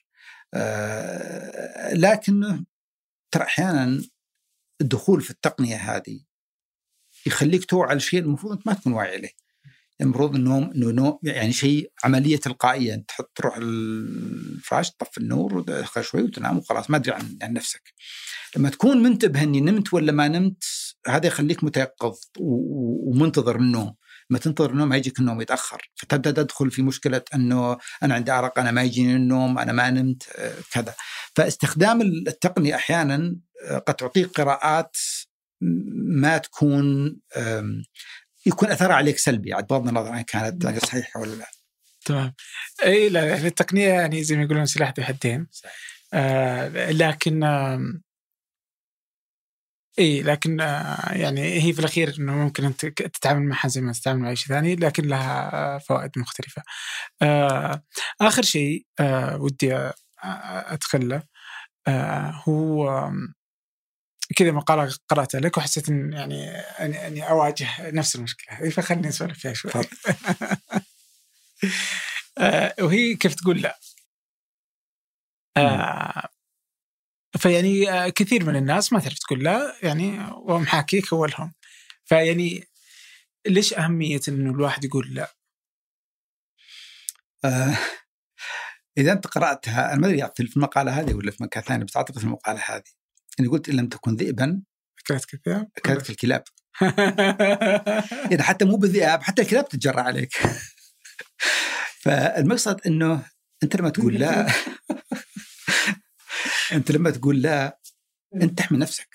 آه لكن ترى أحيانا الدخول في التقنية هذه يخليك توعى على شيء المفروض أنت ما تكون واعي عليه. المفروض النوم إنه نوم يعني شيء عملية تلقائية، أنت تحط تروح الفراش تطفي النور ودخل شوي وتنام وخلاص، ما أدري عن, عن نفسك. لما تكون منتبه إني نمت ولا ما نمت، هذا يخليك متيقظ ومنتظر النوم. ما تنتظر النوم هيجيك النوم يتأخر، فتبدأ تدخل في مشكلة أنه أنا عندي أرق، أنا ما يجيني النوم، أنا ما نمت كذا. فاستخدام التقنية أحيانا قد تعطيك قراءات ما تكون يكون أثر عليك سلبي، عاد بغض النظر عن كانت صحيحة ولا لا. تمام. أي لا، التقنية يعني زي ما يقولون سلاح ذو حدين. آه لكن آه إيه لكن آه يعني هي في الأخير إنه ممكن أنت تتعامل معها زي ما تتعامل مع شيء ثاني، لكن لها فوائد مختلفة. آه آخر شيء آه ودي أدخله آه هو آه كذا مقالة قرأتها لك وحسيت إن يعني أني أني أواجه نفس المشكلة هذه، فخلني نسولف فيها شوي. آه وهي كيف تقول لا. آه فيعني آه كثير من الناس ما تعرف تقول لا، يعني ومحاكيك أولهم. فيعني ليش أهمية إنه الواحد يقول لا؟ آه إذا أنت قرأتها، أنا ما أدري في المقالة هذه ولا في مكان ثاني، بس أعتقد في المقالة هذه أنا قلت إن لم تكن ذئبا أكلتك الكلاب، أكلتك الكلاب. يعني حتى مو بالذئاب، حتى الكلاب تتجرأ عليك. فالمقصد إنه أنت لما تقول لا أنت لما تقول لا أنت تحمي نفسك.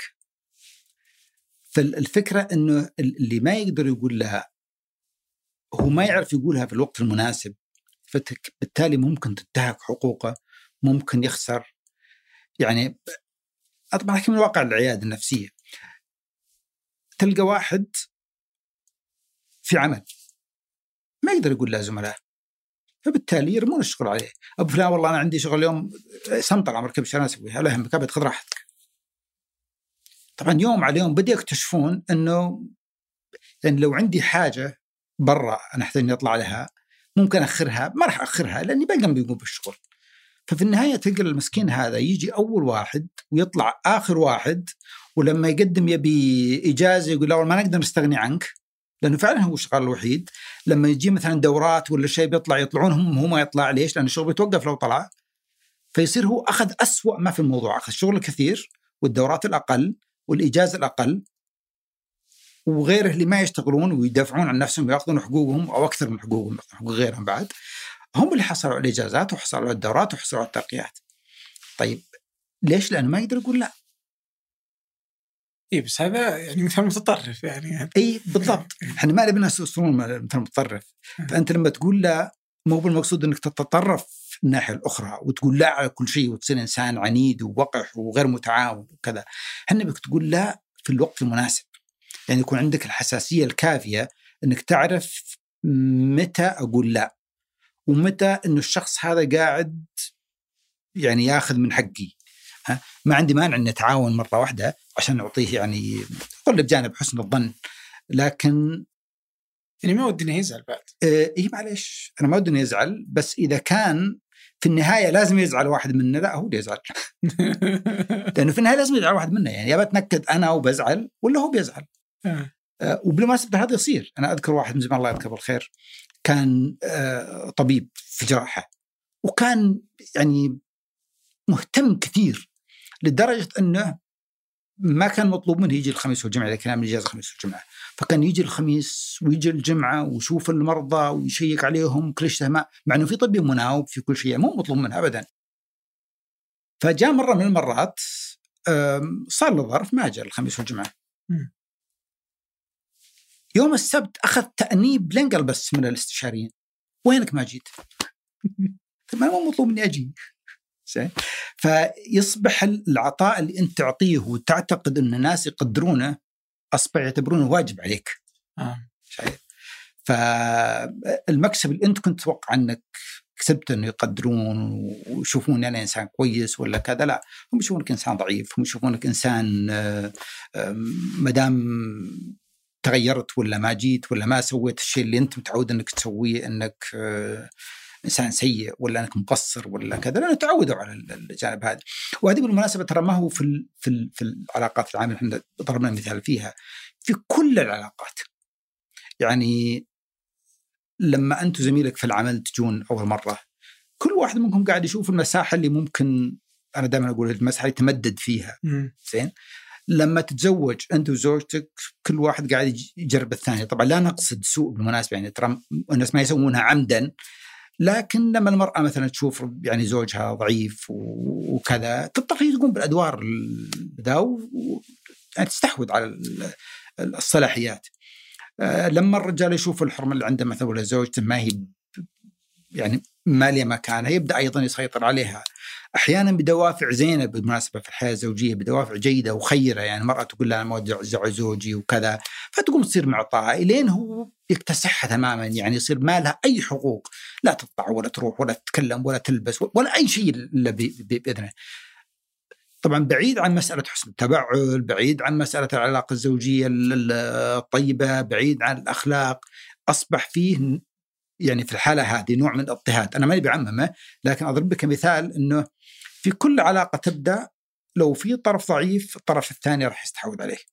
فالفكرة إنه اللي ما يقدر يقول لا هو ما يعرف يقولها في الوقت المناسب، فبالتالي ممكن تنتهك حقوقه، ممكن يخسر. يعني أطبع لك من واقع العيادة النفسية، تلقى واحد في عمل ما يقدر يقول لا زملاء، فبالتالي يرمون الشغل عليه. أبو فلان والله أنا عندي شغل اليوم، سمطر عمرك كيف شان أسوي، لا يهمك أبد خذ راحتك. طبعا يوم على يوم بدأ يكتشفون أنه يعني لو عندي حاجة برا أنا أحتاج أن أطلع لها ممكن أخرها، ما راح أخرها لأني بقى بيقوم بالشغل. ففي النهاية تلقى المسكين هذا يجي أول واحد ويطلع آخر واحد، ولما يقدم يبي إجازة يقول لا والله ما نقدر نستغني عنك، لأنه فعلا هو الشغال الوحيد. لما يجي مثلا دورات ولا شيء بيطلع يطلعون هم، هو ما يطلع. ليش؟ لأن الشغل بيتوقف لو طلع. فيصير هو أخذ أسوأ ما في الموضوع، أخذ شغل كثير والدورات الأقل والإجازة الأقل، وغيره اللي ما يشتغلون ويدافعون عن نفسهم ويأخذون حقوقهم أو أكثر من حقوقهم، حقوق غيرهم بعد، هم اللي حصلوا على الإجازات وحصلوا على الدورات وحصلوا على الترقيات. طيب ليش؟ لأنه ما يقدر يقول لا. إيه بس هذا يعني مثل متطرف يعني. إيه بالضبط. إحنا ما نبي ناس يصيرون مثل متطرف. فأنت لما تقول لا مو بالمقصود إنك تتطرف في الناحية الأخرى وتقول لا على كل شيء وتصير إنسان عنيد ووقح وغير متعاون وكذا. إحنا بك تقول لا في الوقت المناسب، يعني يكون عندك الحساسية الكافية إنك تعرف متى أقول لا ومتى إنه الشخص هذا قاعد يعني ياخذ من حقي. ها؟ ما عندي مانع أن نتعاون مرة واحدة عشان نعطيه يعني كل بجانب حسن الظن، لكن يعني ما ودي يزعل بعد. آه إيه معلش أنا ما ودي يزعل، بس إذا كان في النهاية لازم يزعل واحد منا، لا هو اللي يزعل. لأنه في النهاية لازم يزعل واحد منا، يعني يا بتنكد أنا وبزعل ولا هو بيزعل. آه وبالمناسبة هذا يصير. أنا أذكر واحد من زمان الله يذكره بالخير كان آه طبيب في جراحة، وكان يعني مهتم كثير لدرجة أنه ما كان مطلوب منه يجي الخميس والجمعة، إذا كان من إجازة الخميس والجمعة، فكان يجي الخميس ويجي الجمعة ويشوف المرضى ويشيك عليهم كل شيء، مع أنه في طبي مناوب في كل شيء مو مطلوب منه أبدا. فجاء مرة من المرات صار له ظرف ما جاء الخميس والجمعة. يوم السبت أخذ تأنيب لين قال بس من الاستشاريين، وينك ما جيت؟ ما هو مطلوب مني أجي. فيصبح العطاء اللي أنت تعطيه وتعتقد أن الناس يقدرونه أصبح يعتبرونه واجب عليك. آه. فالمكسب اللي أنت كنت تتوقع أنك كسبت أنه يقدرون ويشوفون أنا إنسان كويس ولا كذا، لا، هم يشوفونك إنسان ضعيف، هم يشوفونك إنسان مدام تغيرت ولا ما جيت ولا ما سويت الشيء اللي أنت متعود أنك تسويه أنك إنسان سيء ولا أنك مقصر ولا كذا، لأنه تعودوا على الجانب هذا. وهذه بالمناسبة ترى ما هو في ال في ال في العلاقات العامة، احنا ضربنا مثال فيها في كل العلاقات. يعني لما أنت زميلك في العمل تجون أول مرة، كل واحد منكم قاعد يشوف المساحة اللي ممكن، أنا دائما أقول المساحة اللي يتمدد فيها. زين. لما تتزوج أنت وزوجتك كل واحد قاعد يجرب الثاني. طبعا لا نقصد سوء بالمناسبة، يعني ترى الناس ما يسوونها عمدا، لكن لما المرأة مثلا تشوف يعني زوجها ضعيف وكذا تضطر هي تقوم بالأدوار ذا يعني تستحوذ على الصلاحيات. لما الرجال يشوف الحرمة اللي عنده مثلا ولا زوجته ما هي يعني مالية مكانها، يبدأ أيضا يسيطر عليها أحيانا بدوافع زينة بالمناسبة في الحياة الزوجية، بدوافع جيدة وخيرة. يعني المرأة تقول لها ما ودي زوجي وكذا، فتقوم تصير معطاء إلين هو يكتسحها تماما، يعني يصير ما لها أي حقوق، لا تطلع ولا تروح ولا تتكلم ولا تلبس ولا أي شيء إلا بإذنه. طبعا بعيد عن مسألة حسن التبعل، بعيد عن مسألة العلاقة الزوجية الطيبة، بعيد عن الأخلاق. أصبح فيه يعني في الحالة هذه نوع من الاضطهاد. أنا ماني بعممه، لكن أضرب بك مثال أنه في كل علاقة تبدأ لو في طرف ضعيف الطرف الثاني راح يستحوذ عليه.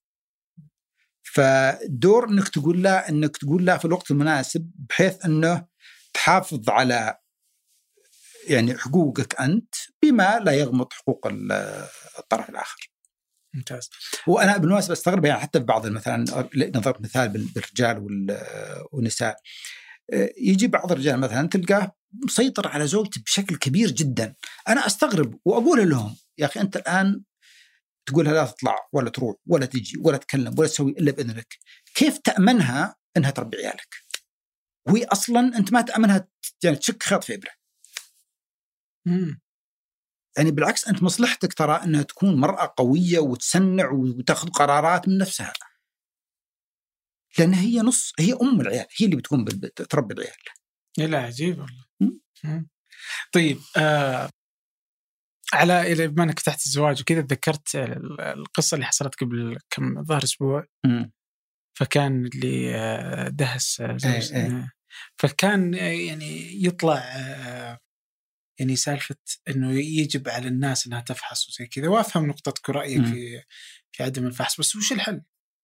فدور أنك تقول لا، أنك تقول لا في الوقت المناسب بحيث أنه تحافظ على يعني حقوقك أنت بما لا يغمط حقوق الطرف الآخر. ممتاز. وأنا بالمناسبة استغرب يعني حتى في بعض مثلا نضرب مثال بالرجال والنساء، يجي بعض الرجال مثلا تلقاه مسيطر على زوجته بشكل كبير جدا. أنا أستغرب وأقول لهم يا أخي أنت الآن تقولها لا تطلع ولا تروح ولا تجي ولا تكلم ولا تسوي إلا بإذنك، كيف تأمنها أنها تربي عيالك وهي أصلا أنت ما تأمنها يعني تشك خيط في إبرة؟ مم. يعني بالعكس أنت مصلحتك ترى أنها تكون مرأة قوية وتسنع وتأخذ قرارات من نفسها، لأن هي نص هي أم العيال، هي اللي بتكون بتربي العيال. لا عجيب والله. طيب آه على إلى بما أنك تحت الزواج وكذا، تذكرت القصة اللي حصلت قبل كم ظهر أسبوع. م. فكان اللي دهس زوج ايه ايه. فكان يعني يطلع يعني سالفة إنه يجب على الناس إنها تفحص وزي كذا، وأفهم نقطتك ورأيك في في عدم الفحص، بس وش الحل؟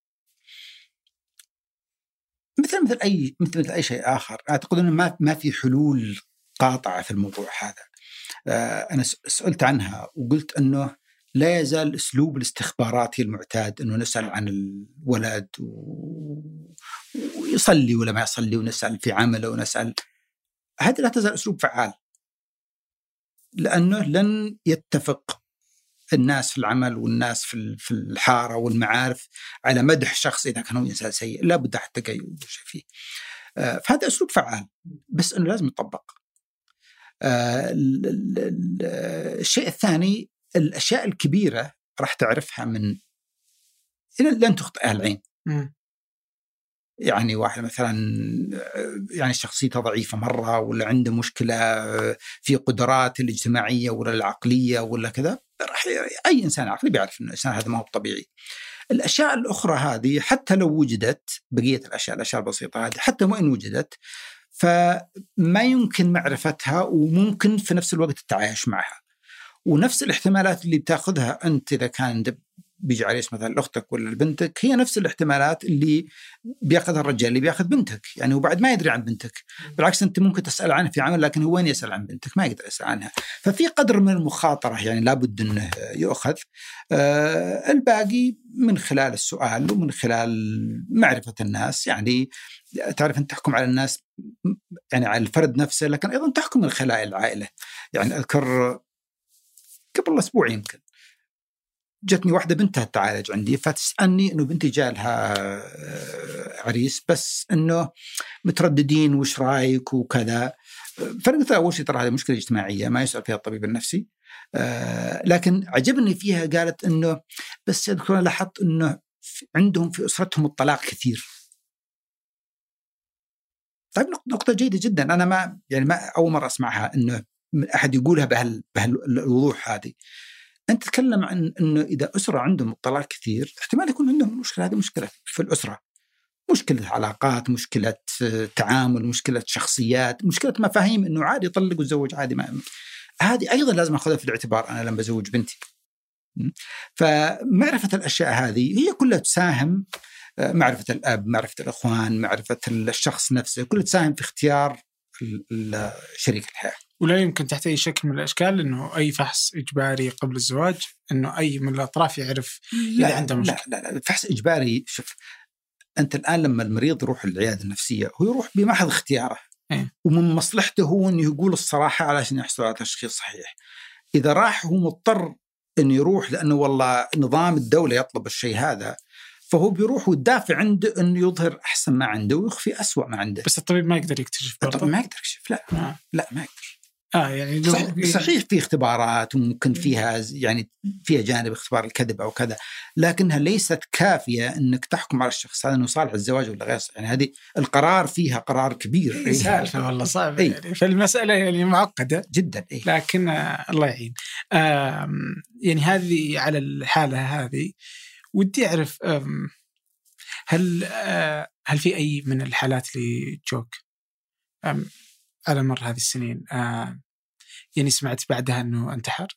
مثل مثل أي مثل مثل أي شيء آخر. أعتقد إنه ما ما في حلول قاطعة في الموضوع هذا. آه أنا سألت عنها وقلت إنه لا يزال أسلوب الاستخباراتي المعتاد أنه نسأل عن الولد ويصلي ولا ما يصلي، ونسأل في عمله ونسأل. هذا لا تزال أسلوب فعال، لأنه لن يتفق الناس في العمل والناس في الحارة والمعارف على مدح شخص إذا كان هو إنسان سيء، لا بد حتى يقول فيه. فهذا أسلوب فعال، بس أنه لازم يطبق. الشيء الثاني، الأشياء الكبيرة راح تعرفها من لن تخطئها العين. م. يعني واحد مثلا يعني شخصيته ضعيفة مرة، ولا عنده مشكلة في قدرات الاجتماعية ولا العقلية ولا كذا، راح أي إنسان عقلي بيعرف إنه الإنسان هذا ما هو طبيعي. الأشياء الأخرى هذه حتى لو وجدت، بقية الأشياء الأشياء البسيطة هذه حتى وإن وجدت فما يمكن معرفتها، وممكن في نفس الوقت التعايش معها. ونفس الاحتمالات اللي بتاخذها أنت إذا كان بيجي عليك مثلا أختك ولا بنتك، هي نفس الاحتمالات اللي بياخذها الرجال اللي بياخذ بنتك. يعني وبعد ما يدري عن بنتك، بالعكس أنت ممكن تسأل عنها في عمل، لكن هو وين يسأل عن بنتك؟ ما يقدر يسأل عنها. ففي قدر من المخاطرة يعني لابد أنه يؤخذ. آه الباقي من خلال السؤال ومن خلال معرفة الناس. يعني تعرف أن تحكم على الناس يعني على الفرد نفسه، لكن أيضا تحكم من خلال العائلة. يعني أذكر قبل أسبوع يمكن جتني واحدة بنتها تعالج عندي، فتسألني إنه بنتي جالها عريس، بس إنه مترددين وش رأيك وكذا. فقلت أول شيء ترى هذه مشكلة اجتماعية ما يسأل فيها الطبيب النفسي. لكن عجبني فيها قالت إنه بس يا دكتور لاحظت إنه عندهم في أسرتهم الطلاق كثير. طيب نقطة جيدة جدا، أنا ما يعني ما أول مرة أسمعها إنه أحد يقولها بهال بهالوضوح هذه. أنت تتكلم عن إنه إذا أسرة عندهم الطلاق كثير، احتمال يكون عندهم مشكلة. هذه مشكلة في الأسرة، مشكلة علاقات، مشكلة تعامل، مشكلة شخصيات، مشكلة مفاهيم. إنه عادي يطلق ويتزوج عادي. ما هذه أيضا لازم أخذها في الاعتبار أنا لما بزوج بنتي. فمعرفة الأشياء هذه هي كلها تساهم، معرفة الأب، معرفة الأخوان، معرفة الشخص نفسه، كلها تساهم في اختيار شريك الحياة. ولا يمكن تحت أي شكل من الأشكال أنه أي فحص إجباري قبل الزواج أنه أي من الأطراف يعرف إذا عنده مشكلة. لا لا لا، الفحص إجباري. شوف أنت الآن لما المريض يروح للعيادة النفسية هو يروح بمحض اختياره. إيه؟ ومن مصلحته هو أنه يقول الصراحة علشان يحصل على تشخيص صحيح. إذا راح هو مضطر أنه يروح لأنه والله نظام الدولة يطلب الشيء هذا، فهو بيروح ويدافع عنده أنه يظهر أحسن ما عنده ويخفي أسوأ ما عنده. بس الطبيب ما يقدر يكتشف برضه. الطبيب ما يقدر يكتشف. لا آه. لا ما يقدر. آه يعني صحيح, صحيح في اختبارات وممكن فيها يعني فيها جانب اختبار الكذب أو كذا، لكنها ليست كافية أنك تحكم على الشخص هذا أنه صالح الزواج ولا غير. يعني هذه القرار فيها قرار كبير. سالفة والله صعبة. إيه؟ يعني فالمسألة يعني معقدة جدا. إيه؟ لكن آه الله يعين. آه يعني هذه على الحالة هذه ودي أعرف هل آه هل في أي من الحالات اللي جوك على مر هذه السنين آه يعني سمعت بعدها أنه انتحر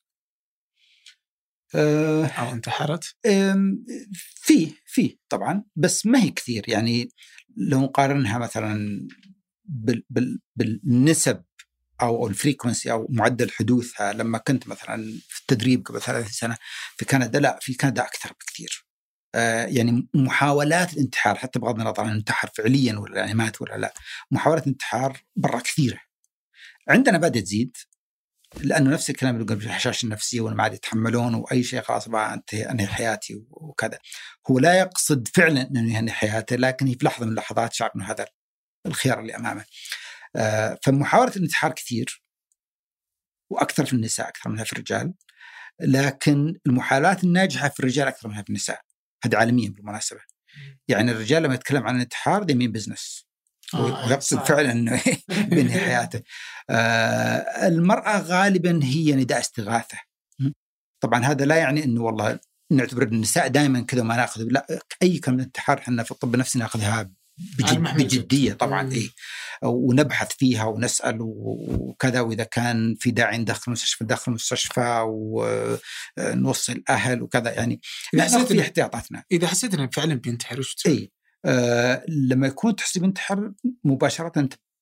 أه أو انتحرت؟ في في طبعا، بس ما هي كثير. يعني لو نقارنها مثلا بال بال بالنسب أو الفريكونسي أو معدل حدوثها لما كنت مثلا في التدريب قبل ثلاثين سنة في كندا، لا في كندا أكثر بكثير. آه يعني محاولات الانتحار حتى بغض النظر عن الانتحار فعليا ولا يعني مات ولا لا، محاولات الانتحار برا كثيرة. عندنا بدأت تزيد لأنه نفس الكلام اللي قبل الحشاشة النفسية وما عاد يتحملون وأي شيء خلاص بقى أنتهي أنهي حياتي وكذا. هو لا يقصد فعلا أنه ينهي حياته، لكن في لحظة من اللحظات شعر أنه هذا الخيار اللي أمامه. آه فمحاولة الانتحار كثير وأكثر في النساء أكثر منها في الرجال، لكن المحاولات الناجحة في الرجال أكثر منها في النساء. هذا عالميا بالمناسبة. يعني الرجال لما يتكلم عن الانتحار ده مين بزنس ويقصد فعلا أنه بينهي حياته. آه المرأة غالبا هي نداء استغاثة. طبعا هذا لا يعني أنه والله نعتبر النساء دائما كذا ما نأخذ، لا، أي كلمة انتحار حنا في الطب النفسي نأخذها بجد بجدية طبعا. إيه ونبحث فيها ونسأل وكذا، وإذا كان في داعي ندخل المستشفى ندخل المستشفى ونوصل أهل وكذا. يعني نأخذ احتياطاتنا. إذا حسيت أنه فعلا بينتحر وش تسوي؟ إيه آه لما يكون تحسب انتحر مباشرة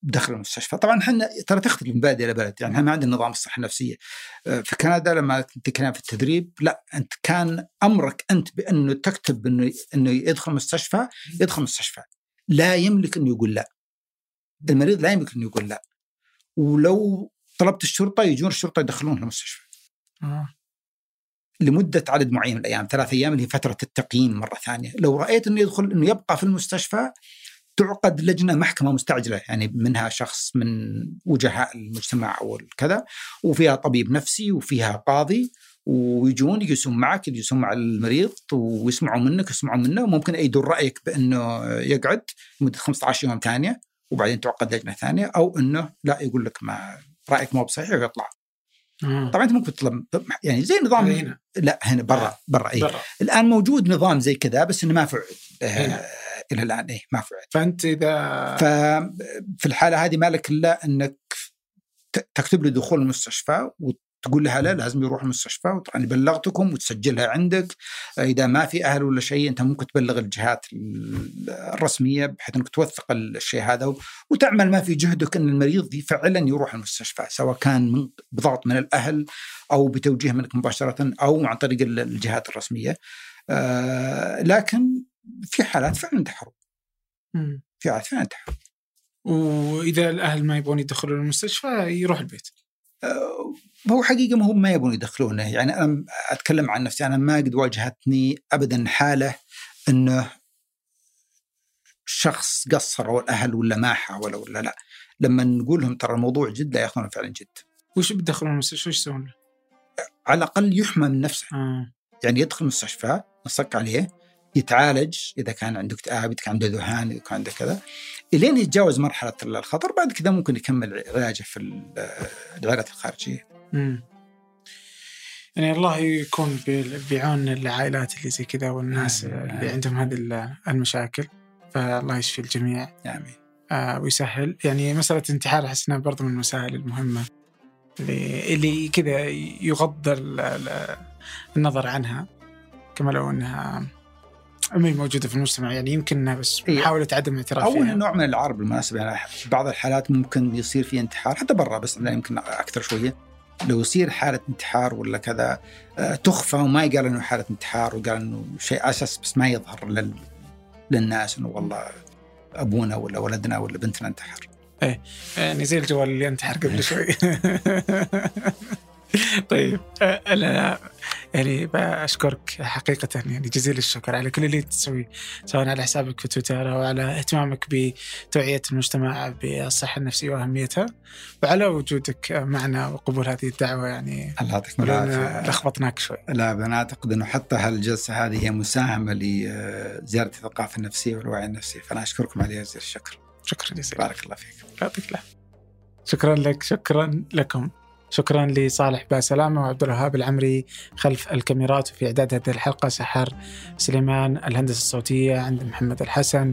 دخل المستشفى. طبعا احنا ترى تختلف من بلد الى بلد، يعني احنا ما عندنا نظام الصحه النفسيه. في كندا لما كنت كنا في التدريب، لا انت كان امرك انت بانه تكتب انه انه يدخل مستشفى، يدخل مستشفى، لا يملك انه يقول لا. المريض لا يملك انه يقول لا، ولو طلبت الشرطه يجون الشرطه يدخلونه المستشفى آه. لمده عدد معين من الايام، ثلاث ايام اللي هي فتره التقييم. مره ثانيه لو رايت انه يدخل انه يبقى في المستشفى، تعقد لجنة محكمة مستعجلة، يعني منها شخص من وجهاء المجتمع أو كذا، وفيها طبيب نفسي وفيها قاضي، ويجون يجلسون معك، يجلسون مع المريض ويسمعوا منك يسمعوا منه، وممكن يدون رأيك بأنه يقعد مدة خمسة عشر يوم ثانية، وبعدين تعقد لجنة ثانية، أو أنه لا يقول لك ما رأيك مو بصحيح ويطلع. آه. طبعا أنت ممكن تطلب يعني زي نظام هنا. لا هنا برا برا أي برا. الآن موجود نظام زي كذا، بس إنه ما فعل إلى الآن. إيه ما فعل. فأنت إذا ففي الحالة هذه مالك إلا أنك تكتب له دخول المستشفى وتقول لها لا لازم يروح المستشفى، وطبعا بلغتكم وتسجلها عندك. إذا ما في أهل ولا شيء أنت ممكن تبلغ الجهات الرسمية بحيث أنك توثق الشيء هذا، وتعمل ما في جهدك أن المريض فعلا يروح المستشفى، سواء كان من بضغط من الأهل أو بتوجيه منك مباشرة أو عن طريق الجهات الرسمية. آه لكن في حالات فعلا انتحروا، في حالات فعلا انتحروا. وإذا الأهل ما يبون يدخلون المستشفى يروح البيت. أه هو حقيقة ما هم ما يبون يدخلونه. يعني أنا أتكلم عن نفسي، أنا ما قد واجهتني أبدا حالة أنه شخص قصر أو الأهل ولا ما حاول ولا لا. لما نقول لهم ترى الموضوع جد لا يأخذونه فعلا جد. وش بتدخلون المستشفى وش يسوون له؟ على الأقل يحمى من نفسه. آه. يعني يدخل المستشفى نصك عليه، يتعالج إذا كان عنده اكتئاب، إذا كان عنده ذهان، إذا كان عنده كذا، إلين يتجاوز مرحلة الخطر. بعد كذا ممكن يكمل علاجه في العيادات الخارجية. مم. يعني الله يكون بعون العائلات اللي زي كذا والناس آه اللي عندهم هذه المشاكل، فالله يشفي الجميع. آمين. آه ويسهل. يعني مسألة انتحار حسنا برضو من المسائل المهمة اللي, اللي كذا يغض النظر عنها، كما لو أنها أمي موجودة في المجتمع، يعني يمكنها بس محاولة عدم اعتراف فيها. أو نوع من العار بالمناسبة. يعني بعض الحالات ممكن يصير فيه انتحار حتى برا، بس لا يمكن أكثر شوية. لو يصير حالة انتحار ولا كذا تخفى وما يقال إنه حالة انتحار، وقال إنه شيء أساس بس ما يظهر لل... للناس إنه والله أبونا ولا ولدنا ولا بنتنا انتحر. إيه يعني زي الجوال اللي انتحر قبل شوي. طيب أنا يعني بأشكرك حقيقة، يعني جزيل الشكر على كل اللي تسويه، سواء على حسابك في تويتر أو على اهتمامك بتوعية المجتمع بالصحة النفسية وأهميتها، وعلى وجودك معنا وقبول هذه الدعوة. يعني الله يعطيك العافية. لخبطناك شوي. لا أنا أعتقد أنه حتى هالجلسة هذه هي مساهمة لزيادة الثقافة النفسية والوعي النفسي، فأنا أشكركم عليها جزيل الشكر. شكرا جزيلا. بارك الله فيك. يعطيك العافية. شكرا لك. شكرا لكم. شكرا لصالح باسلامة وعبد الوهاب العمري خلف الكاميرات، وفي إعداد هذه الحلقة سحر سليمان، الهندسة الصوتية عند محمد الحسن،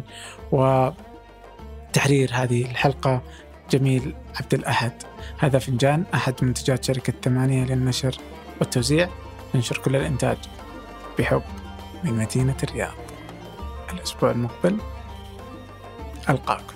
وتحرير هذه الحلقة جميل عبد الأحد. هذا فنجان أحد منتجات شركة ثمانية للنشر والتوزيع، ننشر كل الإنتاج بحب من مدينة الرياض. الأسبوع المقبل ألقاكم.